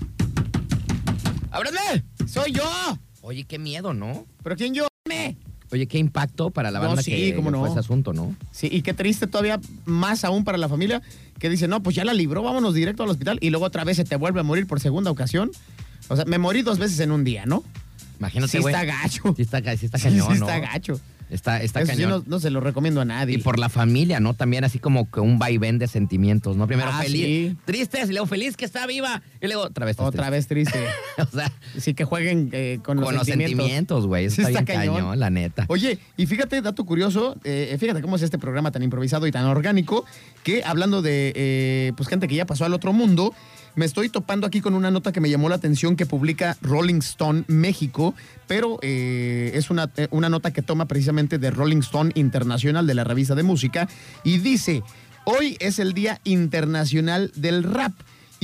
Speaker 1: ¡Ábreme!
Speaker 2: ¡Soy yo!
Speaker 1: Oye, qué miedo, ¿no?
Speaker 2: ¿Pero quién yo?
Speaker 1: Oye, qué impacto para la banda que fue ese asunto, ¿no?
Speaker 2: Sí, y qué triste todavía más aún para la familia que dice, no, pues ya la libró, vámonos directo al hospital y luego otra vez se te vuelve a morir por segunda ocasión. O sea, me morí 2 veces en un día, ¿no?
Speaker 1: Imagínate, güey.
Speaker 2: Sí está gacho.
Speaker 1: Sí está cañón,
Speaker 2: sí
Speaker 1: ¿no?
Speaker 2: está gacho.
Speaker 1: Está
Speaker 2: Eso
Speaker 1: cañón.
Speaker 2: Sí, no se lo recomiendo a nadie.
Speaker 1: Y por la familia, ¿no? También así como que un vaivén de sentimientos, ¿no? Primero feliz,
Speaker 2: sí.
Speaker 1: Tristes, y luego feliz que está viva. Y luego otra vez triste.
Speaker 2: Otra vez triste.
Speaker 1: O sea,
Speaker 2: sí, que jueguen con los
Speaker 1: sentimientos, güey. Eso
Speaker 2: sí
Speaker 1: está bien cañón, la neta.
Speaker 2: Oye, y fíjate, dato curioso, fíjate cómo es este programa tan improvisado y tan orgánico, que hablando de pues gente que ya pasó al otro mundo, me estoy topando aquí con una nota que me llamó la atención que publica Rolling Stone México, pero es una nota que toma precisamente de Rolling Stone Internacional, de la revista de música, y dice, hoy es el Día Internacional del Rap, y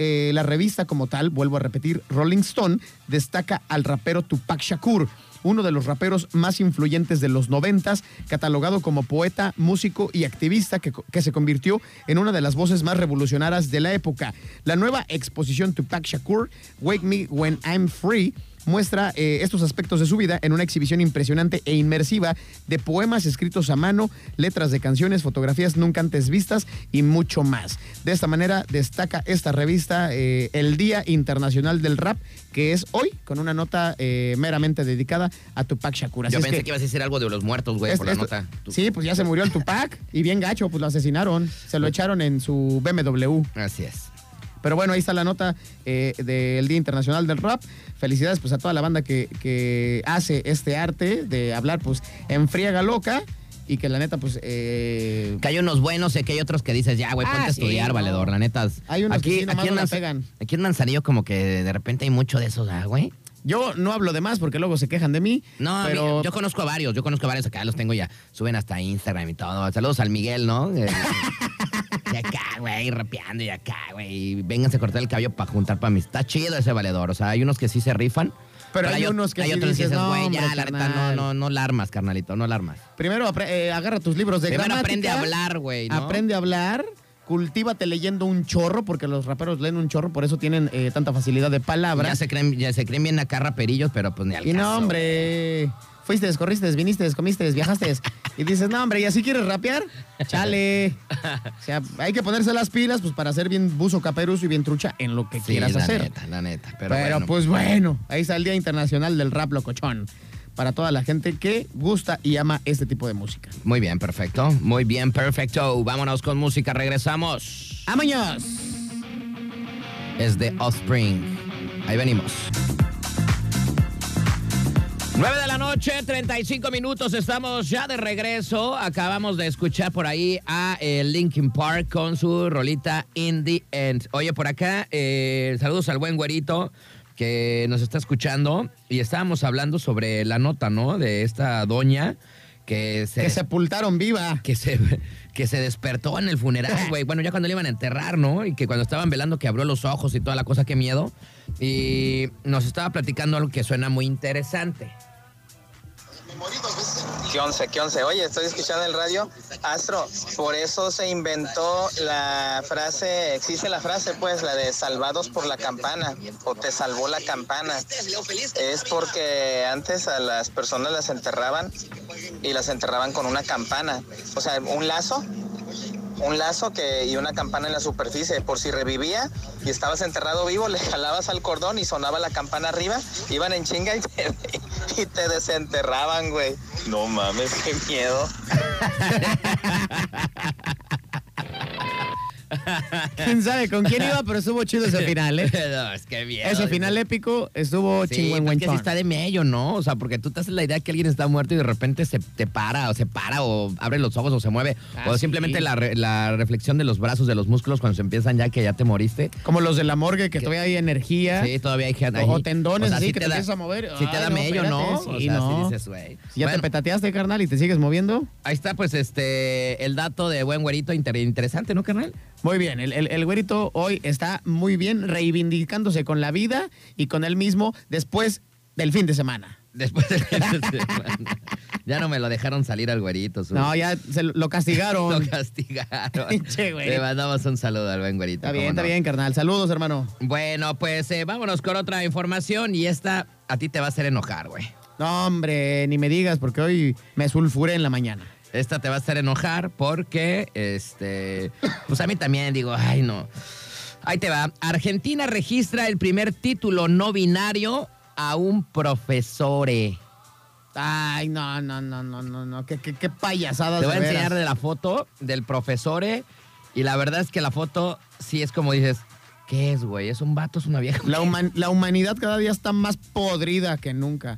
Speaker 2: la revista como tal, vuelvo a repetir, Rolling Stone, destaca al rapero Tupac Shakur, uno de los raperos más influyentes de los 90s, catalogado como poeta, músico y activista que se convirtió en una de las voces más revolucionarias de la época. La nueva exposición Tupac Shakur, Wake Me When I'm Free, muestra estos aspectos de su vida en una exhibición impresionante e inmersiva de poemas escritos a mano, letras de canciones, fotografías nunca antes vistas y mucho más. De esta manera destaca esta revista el Día Internacional del Rap, que es hoy, con una nota meramente dedicada a Tupac Shakur.
Speaker 1: Yo pensé que ibas a decir algo de los muertos, güey, por la nota.
Speaker 2: Sí, pues ya se murió el Tupac y bien gacho, pues lo asesinaron. Se lo echaron en su BMW.
Speaker 1: Así es.
Speaker 2: Pero bueno, ahí está la nota del Día Internacional del Rap. Felicidades pues a toda la banda que hace este arte de hablar pues en friega loca y que la neta pues...
Speaker 1: Que hay unos buenos, sé que hay otros que dices, ya güey, ponte a estudiar, no. Valedor, la neta.
Speaker 2: Hay unos que sí, nomás no la pegan.
Speaker 1: Aquí en Manzanillo como que de repente hay mucho de esos, güey.
Speaker 2: Yo no hablo de más porque luego se quejan de mí.
Speaker 1: No,
Speaker 2: pero...
Speaker 1: yo conozco a varios acá los tengo ya. Suben hasta Instagram y todo. Saludos al Miguel, ¿no? Y acá, güey, rapeando y acá, güey. Vénganse a cortar el cabello para juntar para mí. Está chido ese valedor. O sea, hay unos que sí se rifan.
Speaker 2: Pero hay unos que
Speaker 1: hay
Speaker 2: sí
Speaker 1: otros
Speaker 2: dices,
Speaker 1: que dices, güey, ya, la
Speaker 2: carnal.
Speaker 1: neta, no la armas, carnalito, no la armas.
Speaker 2: Primero agarra tus libros de
Speaker 1: Primero
Speaker 2: gramática.
Speaker 1: aprende a hablar, güey, ¿no?
Speaker 2: Aprende a hablar. Cultívate leyendo un chorro, porque los raperos leen un chorro, por eso tienen tanta facilidad de palabra.
Speaker 1: Ya se creen bien acá raperillos, pero pues ni al caso.
Speaker 2: Y no, hombre, fuiste, corriste, viniste, comiste, viajaste. Y dices, no, hombre, ¿y así quieres rapear? Chale. O sea, hay que ponerse las pilas pues para ser bien buzo caperuso y bien trucha en lo que quieras hacer.
Speaker 1: La neta. Pero
Speaker 2: bueno. Pues bueno, ahí está el Día Internacional del Rap Locochón. Para toda la gente que gusta y ama este tipo de música.
Speaker 1: Muy bien, perfecto. Muy bien, perfecto. Vámonos con música, regresamos.
Speaker 2: ¡Vámonos!
Speaker 1: Es de Offspring. Ahí venimos. 9 de la noche, 35 minutos, estamos ya de regreso. Acabamos de escuchar por ahí a Linkin Park con su rolita In The End. Oye, por acá, saludos al buen güerito que nos está escuchando y estábamos hablando sobre la nota, ¿no? De esta doña que
Speaker 2: sepultaron viva.
Speaker 1: Que se despertó en el funeral, güey. Bueno, ya cuando le iban a enterrar, ¿no? Y que cuando estaban velando que abrió los ojos y toda la cosa, qué miedo. Y nos estaba platicando algo que suena muy interesante.
Speaker 3: ¿Qué once? Oye, estoy escuchando el radio. Astro, por eso se inventó la frase, existe la frase, pues, la de salvados por la campana, o te salvó la campana. Es porque antes a las personas las enterraban y las enterraban con una campana. O sea, un lazo y una campana en la superficie. Por si revivía y estabas enterrado vivo, le jalabas al cordón y sonaba la campana arriba, iban en chinga y te desenterraban, güey. No mames, qué miedo.
Speaker 2: ¿Quién sabe con quién iba? Pero estuvo chido ese final, ¿eh?
Speaker 1: No, es que bien.
Speaker 2: Ese final épico estuvo chingüengüenchón.
Speaker 1: Es que sí está de mello, ¿no? O sea, porque tú te haces la idea que alguien está muerto y de repente se para o abre los ojos o se mueve. O simplemente
Speaker 2: sí.
Speaker 1: la reflexión de los brazos, de los músculos cuando se empiezan ya que ya te moriste.
Speaker 2: Como los de la morgue, que todavía hay energía.
Speaker 1: Sí, todavía hay gente.
Speaker 2: O tendones, o sea, así
Speaker 1: sí
Speaker 2: que te empiezas a mover.
Speaker 1: Sí te da mello, ¿no?
Speaker 2: Sí,
Speaker 1: o sea,
Speaker 2: no.
Speaker 1: sí dices, güey.
Speaker 2: ¿Ya te petateaste, carnal, y te sigues moviendo?
Speaker 1: Ahí está, pues, el dato de buen güerito interesante, ¿no, carnal?
Speaker 2: Muy bien, el güerito hoy está muy bien reivindicándose con la vida y con él mismo después del fin de semana.
Speaker 1: Después del fin de semana. Ya no me lo dejaron salir al güerito.
Speaker 2: No, ya lo castigaron.
Speaker 1: Lo castigaron.
Speaker 2: Che,
Speaker 1: Le mandamos un saludo al buen güerito.
Speaker 2: Está bien, carnal. Saludos, hermano.
Speaker 1: Bueno, pues vámonos con otra información y esta a ti te va a hacer enojar, güey.
Speaker 2: No, hombre, ni me digas porque hoy me sulfuré en la mañana.
Speaker 1: Esta te va a hacer enojar porque, pues a mí también digo, ay, no. Ahí te va. Argentina registra el primer título no binario a un profesore.
Speaker 2: Ay, no. Qué payasadas.
Speaker 1: Te voy a enseñar de la foto del profesore y la verdad es que la foto sí es como dices, ¿qué es, güey? ¿Es un vato? ¿Es una vieja?
Speaker 2: La humanidad cada día está más podrida que nunca.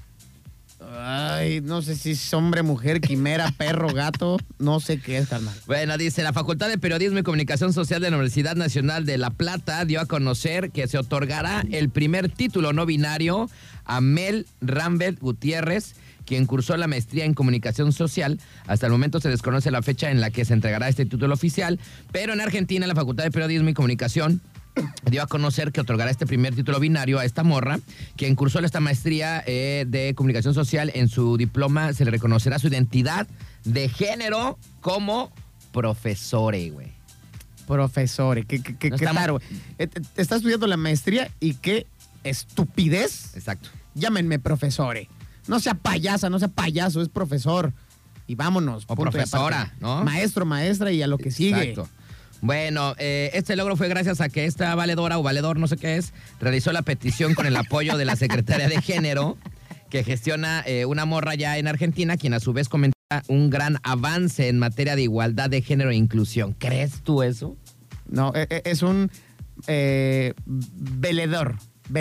Speaker 2: Ay, no sé si es hombre, mujer, quimera, perro, gato, no sé qué es, carnal.
Speaker 1: Bueno, dice, la Facultad de Periodismo y Comunicación Social de la Universidad Nacional de La Plata dio a conocer que se otorgará el primer título no binario a Mel Rambert Gutiérrez, quien cursó la maestría en Comunicación Social. Hasta el momento se desconoce la fecha en la que se entregará este título oficial, pero en Argentina la Facultad de Periodismo y Comunicación dio a conocer que otorgará este primer título binario a esta morra, quien cursó esta maestría de comunicación social. En su diploma se le reconocerá su identidad de género como profesore, güey.
Speaker 2: Profesore, qué claro. Está estudiando la maestría y qué estupidez.
Speaker 1: Exacto.
Speaker 2: Llámenme profesore. No sea payasa, no sea payaso, es profesor. Y vámonos.
Speaker 1: O profesora, ¿no?
Speaker 2: Maestro, maestra y a lo que sigue.
Speaker 1: Exacto. Bueno, este logro fue gracias a que esta valedora o valedor, no sé qué es, realizó la petición con el apoyo de la Secretaría de Género, que gestiona una morra ya en Argentina, quien a su vez comenta un gran avance en materia de igualdad de género e inclusión. ¿Crees tú eso?
Speaker 2: No, es un veledor.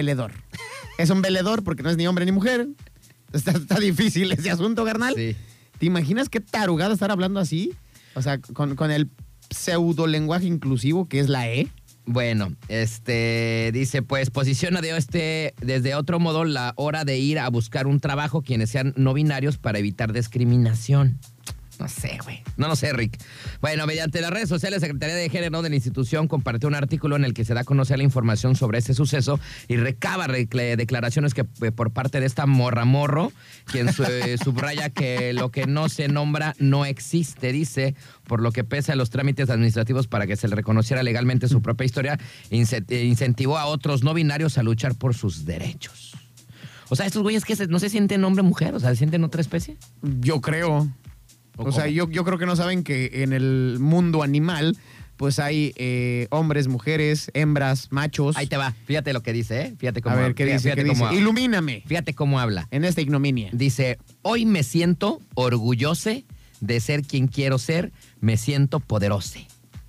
Speaker 2: Es un veledor porque no es ni hombre ni mujer. Está difícil ese asunto, carnal.
Speaker 1: Sí.
Speaker 2: ¿Te imaginas qué tarugada estar hablando así? O sea, con el pseudo lenguaje inclusivo que es la E.
Speaker 1: Bueno, dice, pues posiciona desde otro modo la hora de ir a buscar un trabajo quienes sean no binarios para evitar discriminación. No sé, güey. No lo sé, Rick. Bueno, mediante las redes sociales, la Secretaría de Género de la institución compartió un artículo en el que se da a conocer la información sobre este suceso y recaba declaraciones que por parte de esta morro, quien subraya que lo que no se nombra no existe, dice, por lo que pese a los trámites administrativos para que se le reconociera legalmente su propia historia, incentivó a otros no binarios a luchar por sus derechos. O sea, estos güeyes que no se sienten hombre o mujer, o sea, ¿se sienten otra especie?
Speaker 2: Yo creo. O sea, yo creo que no saben que en el mundo animal, pues hay hombres, mujeres, hembras, machos.
Speaker 1: Ahí te va, fíjate lo que dice, ¿eh? Fíjate cómo
Speaker 2: habla. A ver, ¿qué dice? Ilumíname.
Speaker 1: Fíjate cómo habla.
Speaker 2: En esta ignominia.
Speaker 1: Dice, hoy me siento orgulloso de ser quien quiero ser, me siento poderoso.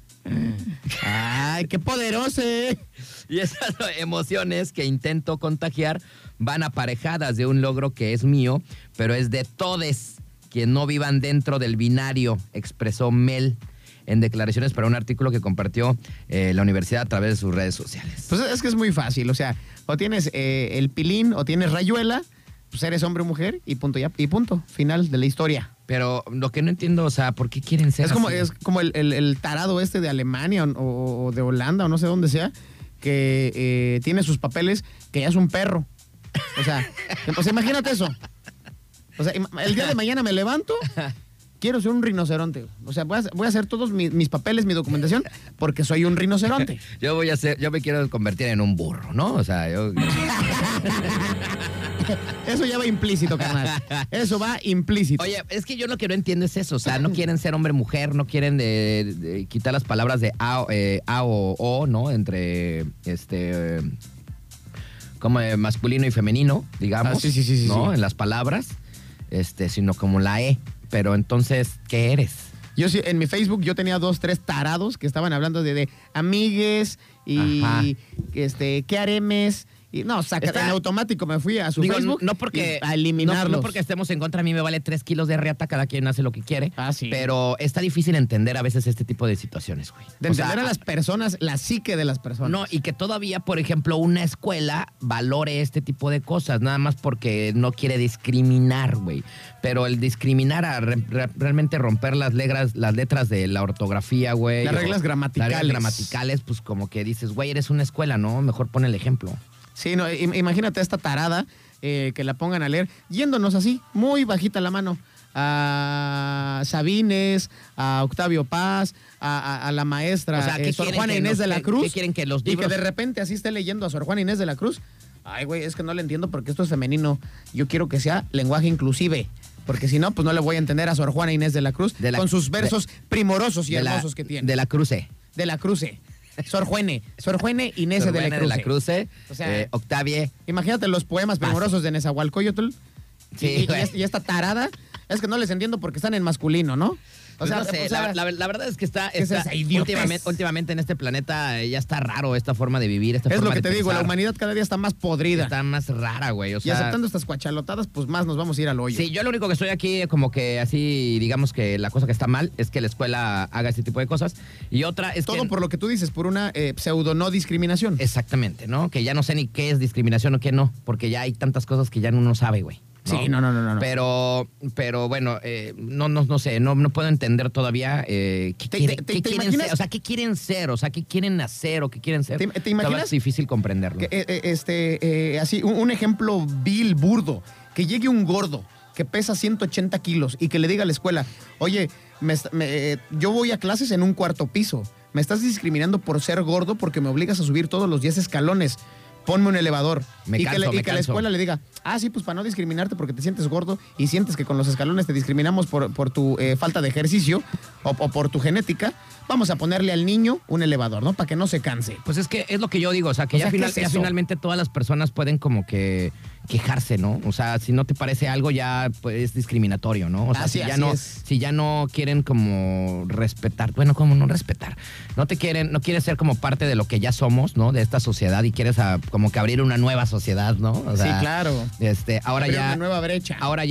Speaker 2: ¡Ay, qué poderoso!
Speaker 1: Y esas emociones que intento contagiar van aparejadas de un logro que es mío, pero es de todes quien no vivan dentro del binario, expresó Mel en declaraciones para un artículo que compartió la universidad a través de sus redes sociales.
Speaker 2: Pues es que es muy fácil, o sea, o tienes el pilín o tienes rayuela, pues eres hombre o mujer y punto, ya, y punto, final de la historia.
Speaker 1: Pero lo que no entiendo, o sea, ¿por qué quieren ser
Speaker 2: así? Es como el tarado de Alemania o de Holanda o no sé dónde sea, que tiene sus papeles que ya es un perro. O sea, imagínate eso. O sea, el día de mañana me levanto, quiero ser un rinoceronte. O sea, voy a hacer todos mis papeles, mi documentación, porque soy un rinoceronte.
Speaker 1: Yo me quiero convertir en un burro, ¿no? O sea,
Speaker 2: Eso ya va implícito, carnal. Eso va implícito.
Speaker 1: Oye, es que yo lo que no entiendo es eso. O sea, no quieren ser hombre-mujer, no quieren quitar las palabras de a o o, ¿no? Entre como masculino y femenino, digamos.
Speaker 2: Sí.
Speaker 1: ¿No? En las palabras. Sino como la E. Pero entonces, ¿qué eres?
Speaker 2: Yo sí, en mi Facebook yo tenía 2, 3 tarados que estaban hablando de amigues y qué haremes. Y no, en automático me fui a su Facebook
Speaker 1: no porque,
Speaker 2: a eliminarlos.
Speaker 1: No porque estemos en contra, a mí me vale 3 kilos de riata, cada quien hace lo que quiere.
Speaker 2: Sí.
Speaker 1: Pero está difícil entender a veces este tipo de situaciones, güey.
Speaker 2: De entender a las personas, la psique de las personas.
Speaker 1: No, y que todavía, por ejemplo, una escuela valore este tipo de cosas, nada más porque no quiere discriminar, güey. Pero el discriminar a realmente romper las letras de la ortografía, güey.
Speaker 2: Las reglas gramaticales.
Speaker 1: Las reglas gramaticales, pues como que dices, güey, eres una escuela, ¿no? Mejor pon el ejemplo.
Speaker 2: Sí, no, imagínate esta tarada que la pongan a leer, yéndonos así, muy bajita la mano, a Sabines, a Octavio Paz, a la maestra,
Speaker 1: o sea,
Speaker 2: Sor Juana Inés de la Cruz.
Speaker 1: ¿Qué quieren que los libros?
Speaker 2: Y que de repente así esté leyendo a Sor Juana Inés de la Cruz. Ay, güey, es que no le entiendo porque esto es femenino. Yo quiero que sea lenguaje inclusive. Porque si no, pues no le voy a entender a Sor Juana Inés de la Cruz con sus versos primorosos y hermosos que tiene.
Speaker 1: De la Cruce.
Speaker 2: De la Cruce. Sor Juene Inés de la
Speaker 1: Cruce.
Speaker 2: O sea,
Speaker 1: Octavie.
Speaker 2: Imagínate los poemas primorosos de Nezahualcóyotl.
Speaker 1: Sí,
Speaker 2: y esta tarada, es que no les entiendo porque están en masculino, ¿no? O sea,
Speaker 1: no sé, la verdad es que está últimamente en este planeta ya está raro esta forma de vivir, esta
Speaker 2: es
Speaker 1: forma
Speaker 2: lo que
Speaker 1: de
Speaker 2: te digo,
Speaker 1: pensar.
Speaker 2: la humanidad cada día está más podrida.
Speaker 1: Está más rara, güey. O sea,
Speaker 2: y aceptando estas cuachalotadas, pues más nos vamos a ir al hoyo.
Speaker 1: Sí, yo lo único que estoy aquí como que así, digamos que la cosa que está mal es que la escuela haga este tipo de cosas. Y otra es
Speaker 2: todo por lo que tú dices, por una pseudo no discriminación.
Speaker 1: Exactamente, ¿no? Que ya no sé ni qué es discriminación o qué no, porque ya hay tantas cosas que ya uno no sabe, güey.
Speaker 2: Sí, no.
Speaker 1: Pero bueno, no sé, no puedo entender todavía qué quieren
Speaker 2: imaginas?
Speaker 1: ser, o sea, qué quieren ser, o sea, qué quieren hacer o qué quieren ser.
Speaker 2: ¿Te imaginas?
Speaker 1: Es difícil comprenderlo.
Speaker 2: Así, un ejemplo vil, burdo, que llegue un gordo que pesa 180 kilos y que le diga a la escuela, oye, yo voy a clases en un 4º piso, me estás discriminando por ser gordo porque me obligas a subir todos los 10 escalones. Ponme un elevador. Y que la escuela le diga, sí, pues para no discriminarte porque te sientes gordo y sientes que con los escalones te discriminamos por tu falta de ejercicio o por tu genética, vamos a ponerle al niño un elevador, ¿no? Para que no se canse.
Speaker 1: Pues es que es lo que yo digo, o sea, que ya finalmente todas las personas pueden como que quejarse, ¿no? O sea, si no te parece algo ya pues, es discriminatorio, ¿no? O sea, si ya no quieren como respetar, bueno, como no respetar, no quieres ser como parte de lo que ya somos, ¿no? De esta sociedad y quieres como que abrir una nueva sociedad, ¿no? O sea,
Speaker 2: sí, claro.
Speaker 1: Ahora
Speaker 2: abrir
Speaker 1: ya
Speaker 2: una nueva brecha.
Speaker 1: Ahora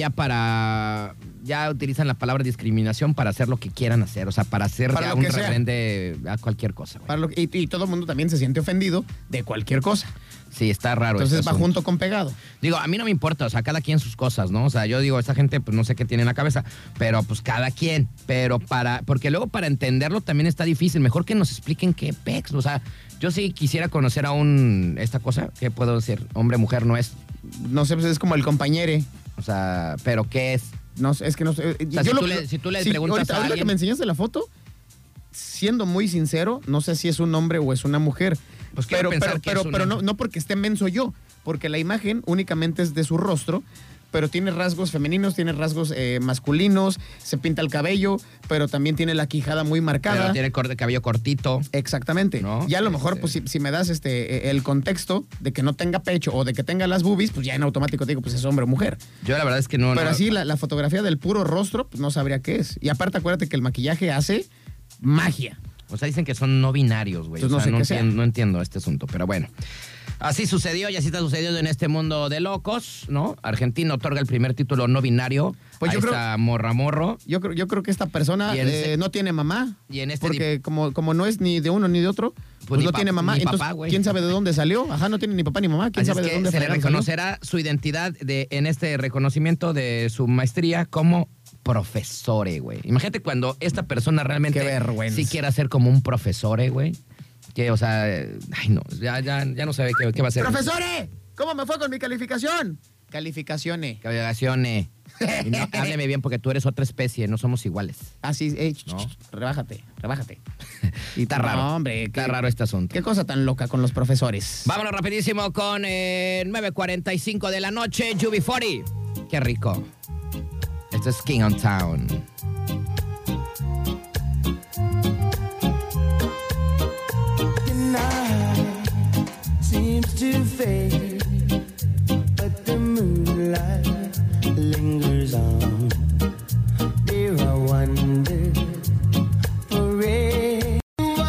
Speaker 1: ya utilizan la palabra discriminación para hacer lo que quieran hacer, o sea, para hacer ya un referente a cualquier cosa.
Speaker 2: Y todo el mundo también se siente ofendido de cualquier cosa.
Speaker 1: Sí, está raro.
Speaker 2: Entonces va junto con pegado.
Speaker 1: Digo, a mí no me importa, o sea, cada quien sus cosas, ¿no? O sea, yo digo, esta gente, pues no sé qué tiene en la cabeza, pero pues cada quien. Porque luego para entenderlo también está difícil. Mejor que nos expliquen qué pex, o sea, yo sí quisiera conocer a esta cosa, ¿qué puedo decir? Hombre, mujer, no es.
Speaker 2: No sé, pues es como el compañere.
Speaker 1: O sea, ¿pero qué es?
Speaker 2: No sé, es que no sé.
Speaker 1: O sea, si tú le preguntas a alguien...
Speaker 2: que me enseñaste la foto, siendo muy sincero, no sé si es un hombre o es una mujer.
Speaker 1: Pues
Speaker 2: pero no porque esté menso yo, porque la imagen únicamente es de su rostro, pero tiene rasgos femeninos, tiene rasgos masculinos, se pinta el cabello, pero también tiene la quijada muy marcada.
Speaker 1: Pero tiene cabello cortito.
Speaker 2: Exactamente. ¿No? Ya a lo mejor, pues si me das el contexto de que no tenga pecho o de que tenga las boobies, pues ya en automático te digo, pues es hombre o mujer.
Speaker 1: Yo la verdad es que no.
Speaker 2: Pero así la fotografía del puro rostro, pues no sabría qué es. Y aparte acuérdate que el maquillaje hace magia.
Speaker 1: O sea, dicen que son no binarios, güey.
Speaker 2: Pues
Speaker 1: o sea, no entiendo este asunto, pero bueno. Así sucedió y así está sucediendo en este mundo de locos, ¿no? Argentina otorga el primer título no binario a esta morra-morro.
Speaker 2: Yo creo que esta persona no tiene mamá.
Speaker 1: Y en
Speaker 2: porque como no es ni de uno ni de otro, pues no tiene mamá. Entonces, papá, ¿quién sabe de dónde salió? Ajá, no tiene ni papá ni mamá. ¿Quién sabe de dónde salió?
Speaker 1: Se le reconocerá su identidad en este reconocimiento de su maestría como profesore, güey. Imagínate cuando esta persona realmente sí quiera ser como un profesore, güey. Que, o sea, ay no, ya no sabe qué va a hacer.
Speaker 2: ¡Profesore! ¿Cómo me fue con mi calificación? Calificaciones.
Speaker 1: Y no, hábleme bien porque tú eres otra especie, no somos iguales.
Speaker 2: Sí, ¿no? Rebájate.
Speaker 1: Y está raro.
Speaker 2: No, hombre.
Speaker 1: Está raro este asunto.
Speaker 2: Qué cosa tan loca con los profesores.
Speaker 1: Vámonos rapidísimo con 9:45 de la noche, UB40. Qué rico. Esto es King on Town.
Speaker 4: Seems to fade, but the moonlight lingers on. Dear, I wonder forever.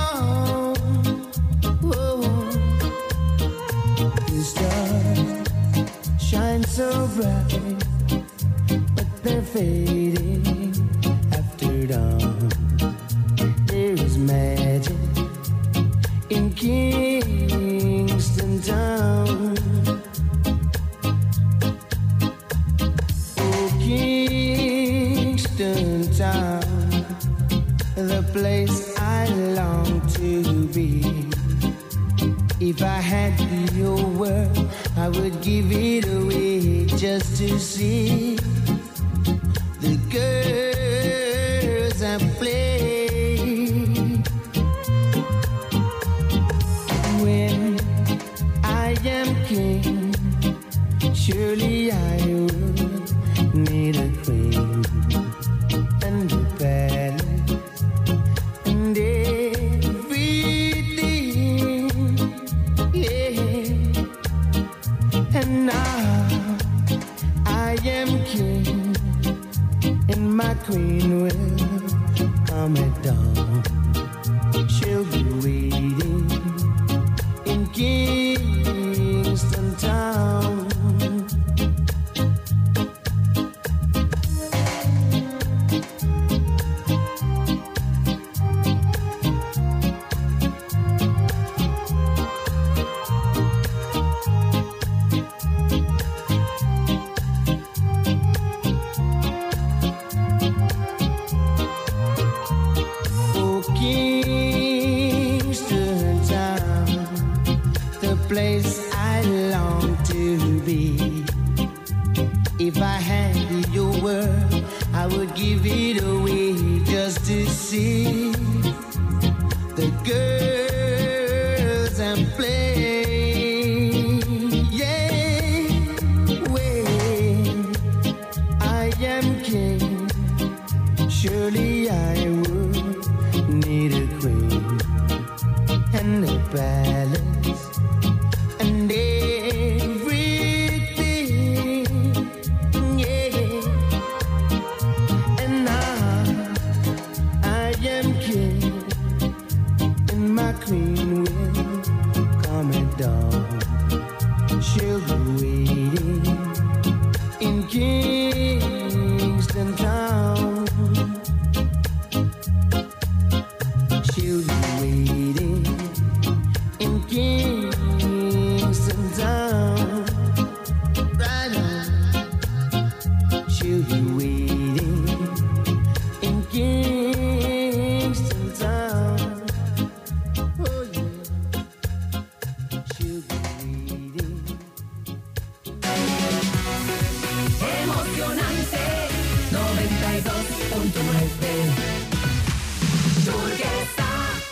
Speaker 4: The stars shine so bright, but they're fading after dawn. There is magic in Kingston Town. Oh, Kingston Town, the place I long to be. If I had your world, I would give it away just to see the girls that play. When I am king, surely I would need a queen and a palace and everything, yeah. And now I am king, and my queen will come at dawn. She'll be waiting in Kingston Town. would give it away just to see the girls I'm playing. Yeah, when I am king, surely I would need a queen and a palace and everything. Yeah, and now I am king, and my queen will come at dawn. She'll be waiting in Kingston Town. She'll be waiting in Kingston Town. Right on. She'll be waiting in Kingston Town. Oh yeah. She'll be waiting.
Speaker 5: Emocionante 92.9 Turquesa.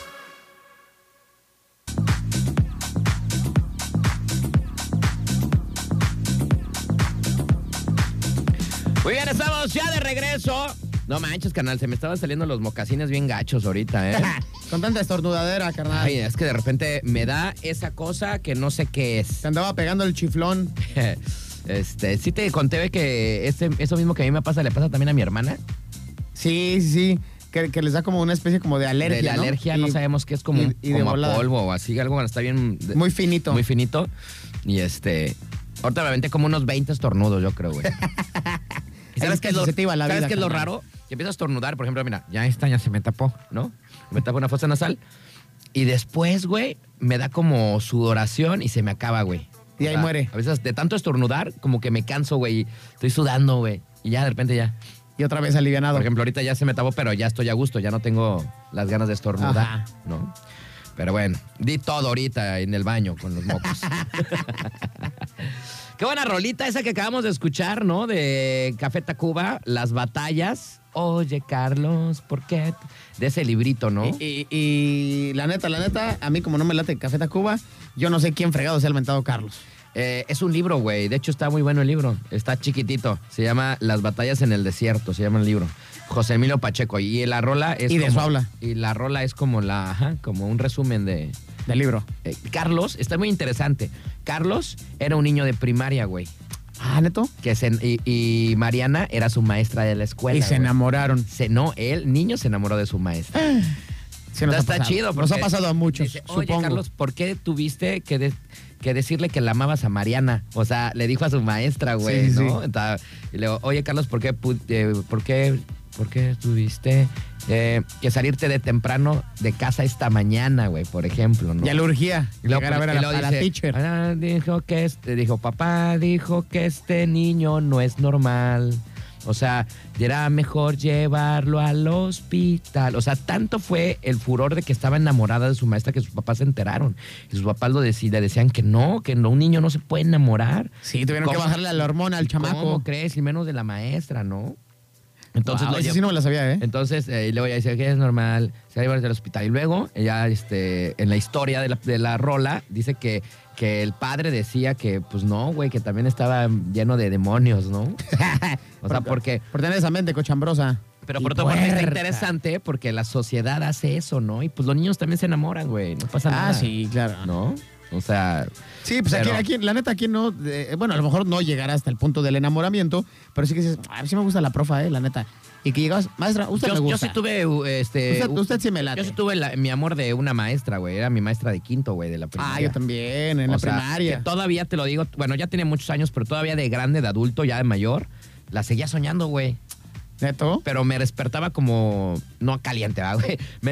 Speaker 1: Muy bien, estamos ya de regreso. No manches, carnal, se me estaban saliendo los mocasines bien gachos ahorita, ¿eh?
Speaker 2: Con tanta estornudadera, carnal.
Speaker 1: Ay, es que de repente me da esa cosa que no sé qué es.
Speaker 2: Te andaba pegando el chiflón.
Speaker 1: Sí te conté que eso mismo que a mí me pasa, le pasa también a mi hermana.
Speaker 2: Sí. Que les da como una especie como de alergia,
Speaker 1: De la
Speaker 2: ¿no?
Speaker 1: alergia, no sabemos qué es, como,
Speaker 2: y de
Speaker 1: como a
Speaker 2: volada.
Speaker 1: polvo o así, algo está bien...
Speaker 2: Muy finito.
Speaker 1: Muy finito. Y ahorita me aventé como unos 20 estornudos, yo creo, güey. ¿Y
Speaker 2: Es que se te iba la
Speaker 1: ¿sabes
Speaker 2: vida,
Speaker 1: qué es lo
Speaker 2: carnal.
Speaker 1: raro? Que empiezas a estornudar, por ejemplo, mira, ya se me tapó, ¿no? Me tapó una fosa nasal. Y después, güey, me da como sudoración y se me acaba, güey.
Speaker 2: Y ahí muere.
Speaker 1: A veces de tanto estornudar, como que me canso, güey. Estoy sudando, güey. Y ya de repente ya.
Speaker 2: Y otra vez alivianado.
Speaker 1: Por ejemplo, ahorita ya se me tapó, pero ya estoy a gusto. Ya no tengo las ganas de estornudar,
Speaker 2: Ajá.
Speaker 1: ¿no? Pero bueno, di todo ahorita en el baño con los mocos. Qué buena rolita esa que acabamos de escuchar, ¿no? De Café Tacuba, Las Batallas. Oye, Carlos, ¿por qué? De ese librito, ¿no?
Speaker 2: Y la neta, a mí como no me late Café Tacuba, yo no sé quién fregado se ha inventado Carlos.
Speaker 1: Es un libro, güey. De hecho, está muy bueno el libro. Está chiquitito. Se llama Las Batallas en el Desierto, se llama el libro. José Emilio Pacheco. Y la rola es
Speaker 2: Y de eso habla.
Speaker 1: Y la rola es como como un resumen de...
Speaker 2: Del libro.
Speaker 1: Carlos, está muy interesante. Carlos era un niño de primaria, güey.
Speaker 2: Ah, ¿neto?
Speaker 1: Y Mariana era su maestra de la escuela.
Speaker 2: Y se
Speaker 1: güey.
Speaker 2: enamoraron.
Speaker 1: El niño se enamoró de su maestra.
Speaker 2: Sí, nos ha
Speaker 1: Está
Speaker 2: pasado.
Speaker 1: chido.
Speaker 2: Nos
Speaker 1: porque
Speaker 2: ha pasado a muchos,
Speaker 1: dice, oye,
Speaker 2: supongo.
Speaker 1: Carlos, ¿por qué tuviste que decirle que la amabas a Mariana? O sea, le dijo a su maestra, güey,
Speaker 2: Sí,
Speaker 1: ¿no?
Speaker 2: sí.
Speaker 1: Y le digo, oye, Carlos, ¿por qué tuviste que salirte de temprano de casa esta mañana, güey, por ejemplo, ¿no?
Speaker 2: Ya le urgía
Speaker 1: Y luego,
Speaker 2: llegar a ver
Speaker 1: y
Speaker 2: a
Speaker 1: luego
Speaker 2: la
Speaker 1: dice,
Speaker 2: teacher.
Speaker 1: papá dijo que este niño no es normal. O sea, era mejor llevarlo al hospital. O sea, tanto fue el furor de que estaba enamorada de su maestra que sus papás se enteraron. Y sus papás le decían que no, un niño no se puede enamorar.
Speaker 2: Sí, tuvieron que
Speaker 1: ¿Cómo?
Speaker 2: bajarle la hormona al chamaco.
Speaker 1: ¿Cómo crees? Y menos de la maestra, ¿no? Entonces,
Speaker 2: Wow, ese sí no me la sabía, ¿eh?
Speaker 1: Entonces, y luego ella dice que es normal, se va a llevar al hospital. Y luego, ella, en la historia de la rola, dice que el padre decía que, pues no, güey, que también estaba lleno de demonios, ¿no? O sea, porque...
Speaker 2: Por tener esa mente cochambrosa.
Speaker 1: Pero
Speaker 2: Y
Speaker 1: por otra parte está
Speaker 2: puerca.
Speaker 1: interesante porque la sociedad hace eso, ¿no? Y pues los niños también se enamoran, güey, no pasa nada.
Speaker 2: Ah, sí, claro.
Speaker 1: ¿No? O sea...
Speaker 2: Sí, pues
Speaker 1: pero-
Speaker 2: aquí, la neta, aquí no. Bueno, a lo mejor no llegará hasta el punto del enamoramiento, pero sí que dices, a ver si me gusta la profa, la neta. Y que llegas, maestra, usted me
Speaker 1: Yo
Speaker 2: gusta.
Speaker 1: sí tuve,
Speaker 2: Usted sí me late.
Speaker 1: Yo sí tuve mi amor de una maestra, güey. Era mi maestra de quinto, güey, de la primaria.
Speaker 2: Ah, yo también, en la
Speaker 1: O sea,
Speaker 2: primaria.
Speaker 1: que todavía te lo digo, bueno, ya tiene muchos años, pero todavía de grande, de adulto, ya de mayor, la seguía soñando, güey.
Speaker 2: ¿Neto?
Speaker 1: Pero me despertaba como, no caliente, ¿verdad, güey? Me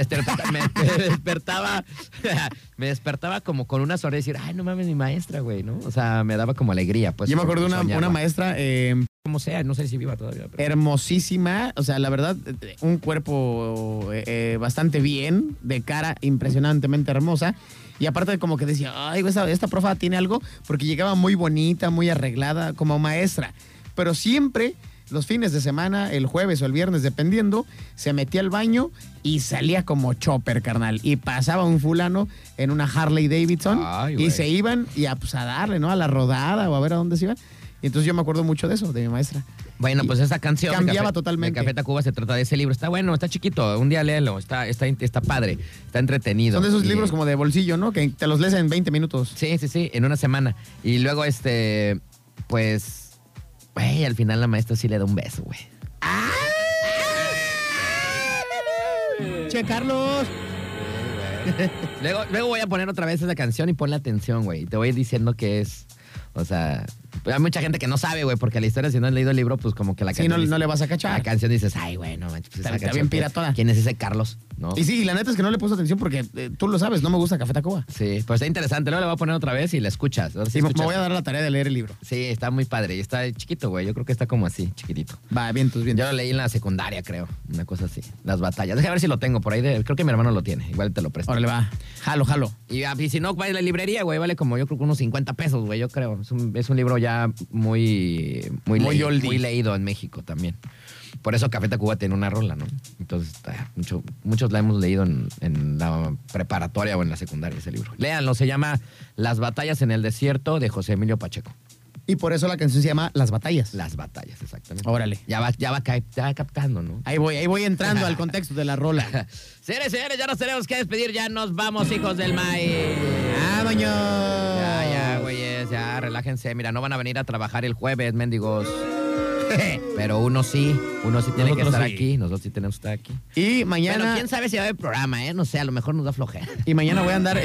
Speaker 1: despertaba como con una sonrisa y decir, ay, no mames, mi maestra, güey, ¿no? O sea, me daba como alegría, pues.
Speaker 2: Yo me acuerdo de
Speaker 1: soñarla.
Speaker 2: una maestra
Speaker 1: Como sea, no sé si viva todavía. Pero...
Speaker 2: hermosísima, o sea, la verdad, un cuerpo bastante bien, de cara impresionantemente hermosa. Y aparte como que decía, ay, esta profa tiene algo, porque llegaba muy bonita, muy arreglada como maestra. Pero siempre los fines de semana, el jueves o el viernes, dependiendo, se metía al baño y salía como chopper, carnal. Y pasaba un fulano en una Harley Davidson.
Speaker 1: Ay,
Speaker 2: y
Speaker 1: güey.
Speaker 2: se iban y pues a darle, ¿no? A la rodada o a ver a dónde se iban. Y entonces yo me acuerdo mucho de eso, de mi maestra.
Speaker 1: Bueno, pues esa canción
Speaker 2: Cambiaba
Speaker 1: de
Speaker 2: totalmente.
Speaker 1: Café Tacuba se trata de ese libro. Está bueno, está chiquito. Un día léelo. Está padre. Está entretenido.
Speaker 2: Son de esos
Speaker 1: Y-
Speaker 2: libros como de bolsillo, ¿no? Que te los lees en 20 minutos.
Speaker 1: Sí, en una semana. Y luego, pues, güey, al final la maestra sí le da un beso, güey.
Speaker 2: Che, Carlos.
Speaker 1: Luego voy a poner otra vez esa canción y ponle atención, güey. Te voy a ir diciendo que es. O sea, hay mucha gente que no sabe, güey, porque la historia, si no has leído el libro, pues como que la
Speaker 2: Sí,
Speaker 1: canción.
Speaker 2: no
Speaker 1: dices-
Speaker 2: le vas a cachar.
Speaker 1: La canción dices, ay, güey, no manches, pues
Speaker 2: Está
Speaker 1: esa
Speaker 2: bien
Speaker 1: canción,
Speaker 2: piratona.
Speaker 1: ¿quién es ese Carlos? ¿No?
Speaker 2: Y sí, y la neta es que no le puse atención porque tú lo sabes, no me gusta Café Tacuba.
Speaker 1: Sí, pues está interesante. Luego le voy a poner otra vez y la escuchas. Ahora sí
Speaker 2: Sí, me
Speaker 1: escuchas.
Speaker 2: voy a dar la tarea de leer el libro.
Speaker 1: Sí, está muy padre. Y está chiquito, güey. Yo creo que está como así, chiquitito.
Speaker 2: Va, vientos, vientos.
Speaker 1: Yo lo leí en la secundaria, creo. Una cosa así. Las batallas. Déjame ver si lo tengo por ahí. Creo que mi hermano lo tiene. Igual te lo presto.
Speaker 2: Órale, va. Jalo, jalo.
Speaker 1: Y si no, va a la librería, güey. Vale como yo creo que unos 50 pesos, güey. Yo creo. Es un libro ya muy
Speaker 2: oldie.
Speaker 1: leído en México también. Por eso Café Tacuba tiene una rola, ¿no? Entonces, muchos la hemos leído en la preparatoria o en la secundaria ese libro. Léanlo, se llama Las batallas en el desierto de José Emilio Pacheco.
Speaker 2: Y por eso la canción se llama Las Batallas.
Speaker 1: Las batallas, exactamente.
Speaker 2: Órale.
Speaker 1: Ya va captando, ¿no?
Speaker 2: Ahí voy entrando al contexto de la rola.
Speaker 1: Señores, ya nos tenemos que despedir. Ya nos vamos, hijos del maíz.
Speaker 2: ¡Vámonos!
Speaker 1: Ya, güeyes, ya, relájense. Mira, no van a venir a trabajar el jueves, mendigos. Pero uno sí tiene que
Speaker 2: Nosotros
Speaker 1: estar
Speaker 2: sí.
Speaker 1: aquí. Nosotros sí tenemos que estar aquí.
Speaker 2: Y
Speaker 1: Bueno,
Speaker 2: mañana,
Speaker 1: quién sabe si va a haber programa, ¿eh? No sé, a lo mejor nos da flojera.
Speaker 2: y mañana voy a andar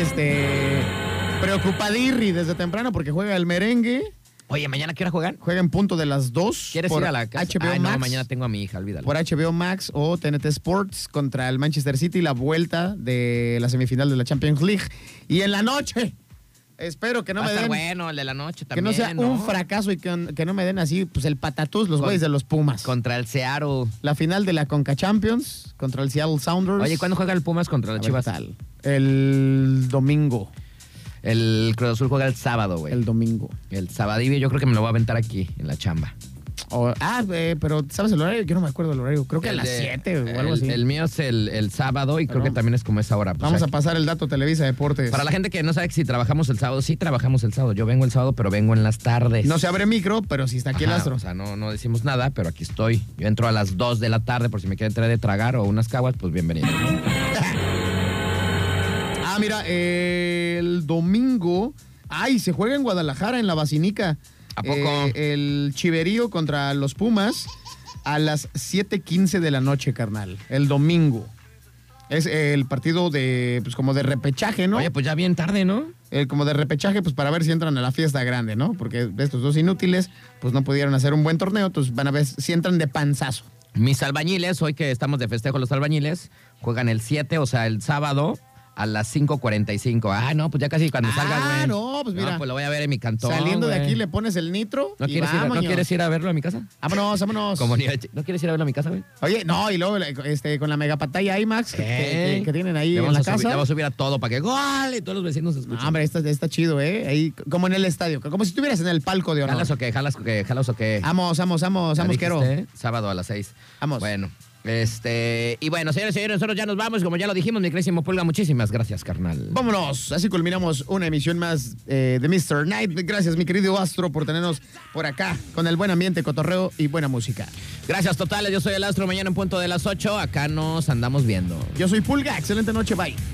Speaker 2: preocupadirri desde temprano porque juega el merengue.
Speaker 1: Oye, ¿mañana qué hora juegan?
Speaker 2: Juega en punto de las 2.
Speaker 1: ¿Quieres
Speaker 2: por
Speaker 1: ir a la casa?
Speaker 2: HBO
Speaker 1: Ay,
Speaker 2: Max.
Speaker 1: no, mañana tengo a mi hija, olvídalo.
Speaker 2: Por HBO Max o TNT Sports contra el Manchester City, la vuelta de la semifinal de la Champions League. Y en la noche, espero que no
Speaker 1: va a
Speaker 2: me
Speaker 1: estar
Speaker 2: den,
Speaker 1: bueno el de la noche
Speaker 2: que
Speaker 1: también,
Speaker 2: no sea un fracaso y que no me den así, pues el patatús, los güeyes de los Pumas.
Speaker 1: Contra el Seattle.
Speaker 2: La final de la Conca Champions contra el Seattle Sounders.
Speaker 1: Oye, ¿cuándo juega el Pumas contra
Speaker 2: A
Speaker 1: las
Speaker 2: ver
Speaker 1: Chivas?
Speaker 2: qué tal. El domingo.
Speaker 1: El Cruz Azul juega el sábado, güey.
Speaker 2: El domingo.
Speaker 1: El sabadillo yo creo que me lo voy a aventar aquí, en la chamba.
Speaker 2: Pero ¿sabes el horario? Yo no me acuerdo el horario. Creo que a las 7 o algo así.
Speaker 1: El mío es el sábado y creo
Speaker 2: Pero
Speaker 1: que también es como esa hora. Pues,
Speaker 2: Vamos a
Speaker 1: aquí.
Speaker 2: pasar el dato Televisa Deportes.
Speaker 1: Para la gente que no sabe si trabajamos el sábado, sí trabajamos el sábado. Yo vengo el sábado, pero vengo en las tardes.
Speaker 2: No se abre micro, pero sí está aquí el
Speaker 1: Ajá,
Speaker 2: astro.
Speaker 1: O sea, no decimos nada, pero aquí estoy. Yo entro a las 2 de la tarde por si me quieren traer de tragar o unas caguas, pues bienvenido.
Speaker 2: Mira, el domingo. Se juega en Guadalajara, en la Basinica.
Speaker 1: ¿A poco?
Speaker 2: El Chiverío contra los Pumas a las 7:15 de la noche, carnal. El domingo. Es el partido pues como de repechaje, ¿no?
Speaker 1: Oye, pues ya bien tarde, ¿no?
Speaker 2: Como de repechaje, pues para ver si entran a la fiesta grande, ¿no? Porque estos dos inútiles, pues no pudieron hacer un buen torneo, entonces van a ver si entran de panzazo.
Speaker 1: Mis albañiles, hoy que estamos de festejo los albañiles, juegan el 7, o sea, el sábado a las 5:45. No, pues ya casi cuando salgas, güey.
Speaker 2: No, pues mira.
Speaker 1: No, pues lo voy a ver en mi cantón,
Speaker 2: Saliendo de
Speaker 1: güey.
Speaker 2: aquí le pones el nitro
Speaker 1: ¿No
Speaker 2: y
Speaker 1: quieres,
Speaker 2: vámonos.
Speaker 1: ¿No quieres ir a verlo a mi casa?
Speaker 2: Vámonos.
Speaker 1: Como ni- ¿No quieres ir a verlo a mi casa, güey?
Speaker 2: Oye, no, y luego con la mega pantalla IMAX que tienen ahí
Speaker 1: Le
Speaker 2: en
Speaker 1: vamos
Speaker 2: la
Speaker 1: a subir-
Speaker 2: casa.
Speaker 1: le vamos a subir a todo para que ¡gol! Y todos los vecinos escuchen.
Speaker 2: No, hombre, está chido, ¿eh? Ahí, como en el estadio, como si estuvieras en el palco de honor.
Speaker 1: ¿Jalas o qué? ¿Jalas o qué?
Speaker 2: Vamos,
Speaker 1: ¿Ya
Speaker 2: Quero.
Speaker 1: dijiste? Sábado a las 6.
Speaker 2: Vamos.
Speaker 1: Bueno, y bueno, señores, nosotros ya nos vamos. Como ya lo dijimos, mi querísimo Pulga, muchísimas gracias, carnal.
Speaker 2: Vámonos, así culminamos una emisión más de Mr. Night. Gracias, mi querido Astro, por tenernos por acá con el buen ambiente, cotorreo y buena música.
Speaker 1: Gracias totales, yo soy el Astro. Mañana en punto de las 8, acá nos andamos viendo.
Speaker 2: Yo soy Pulga, excelente noche, bye.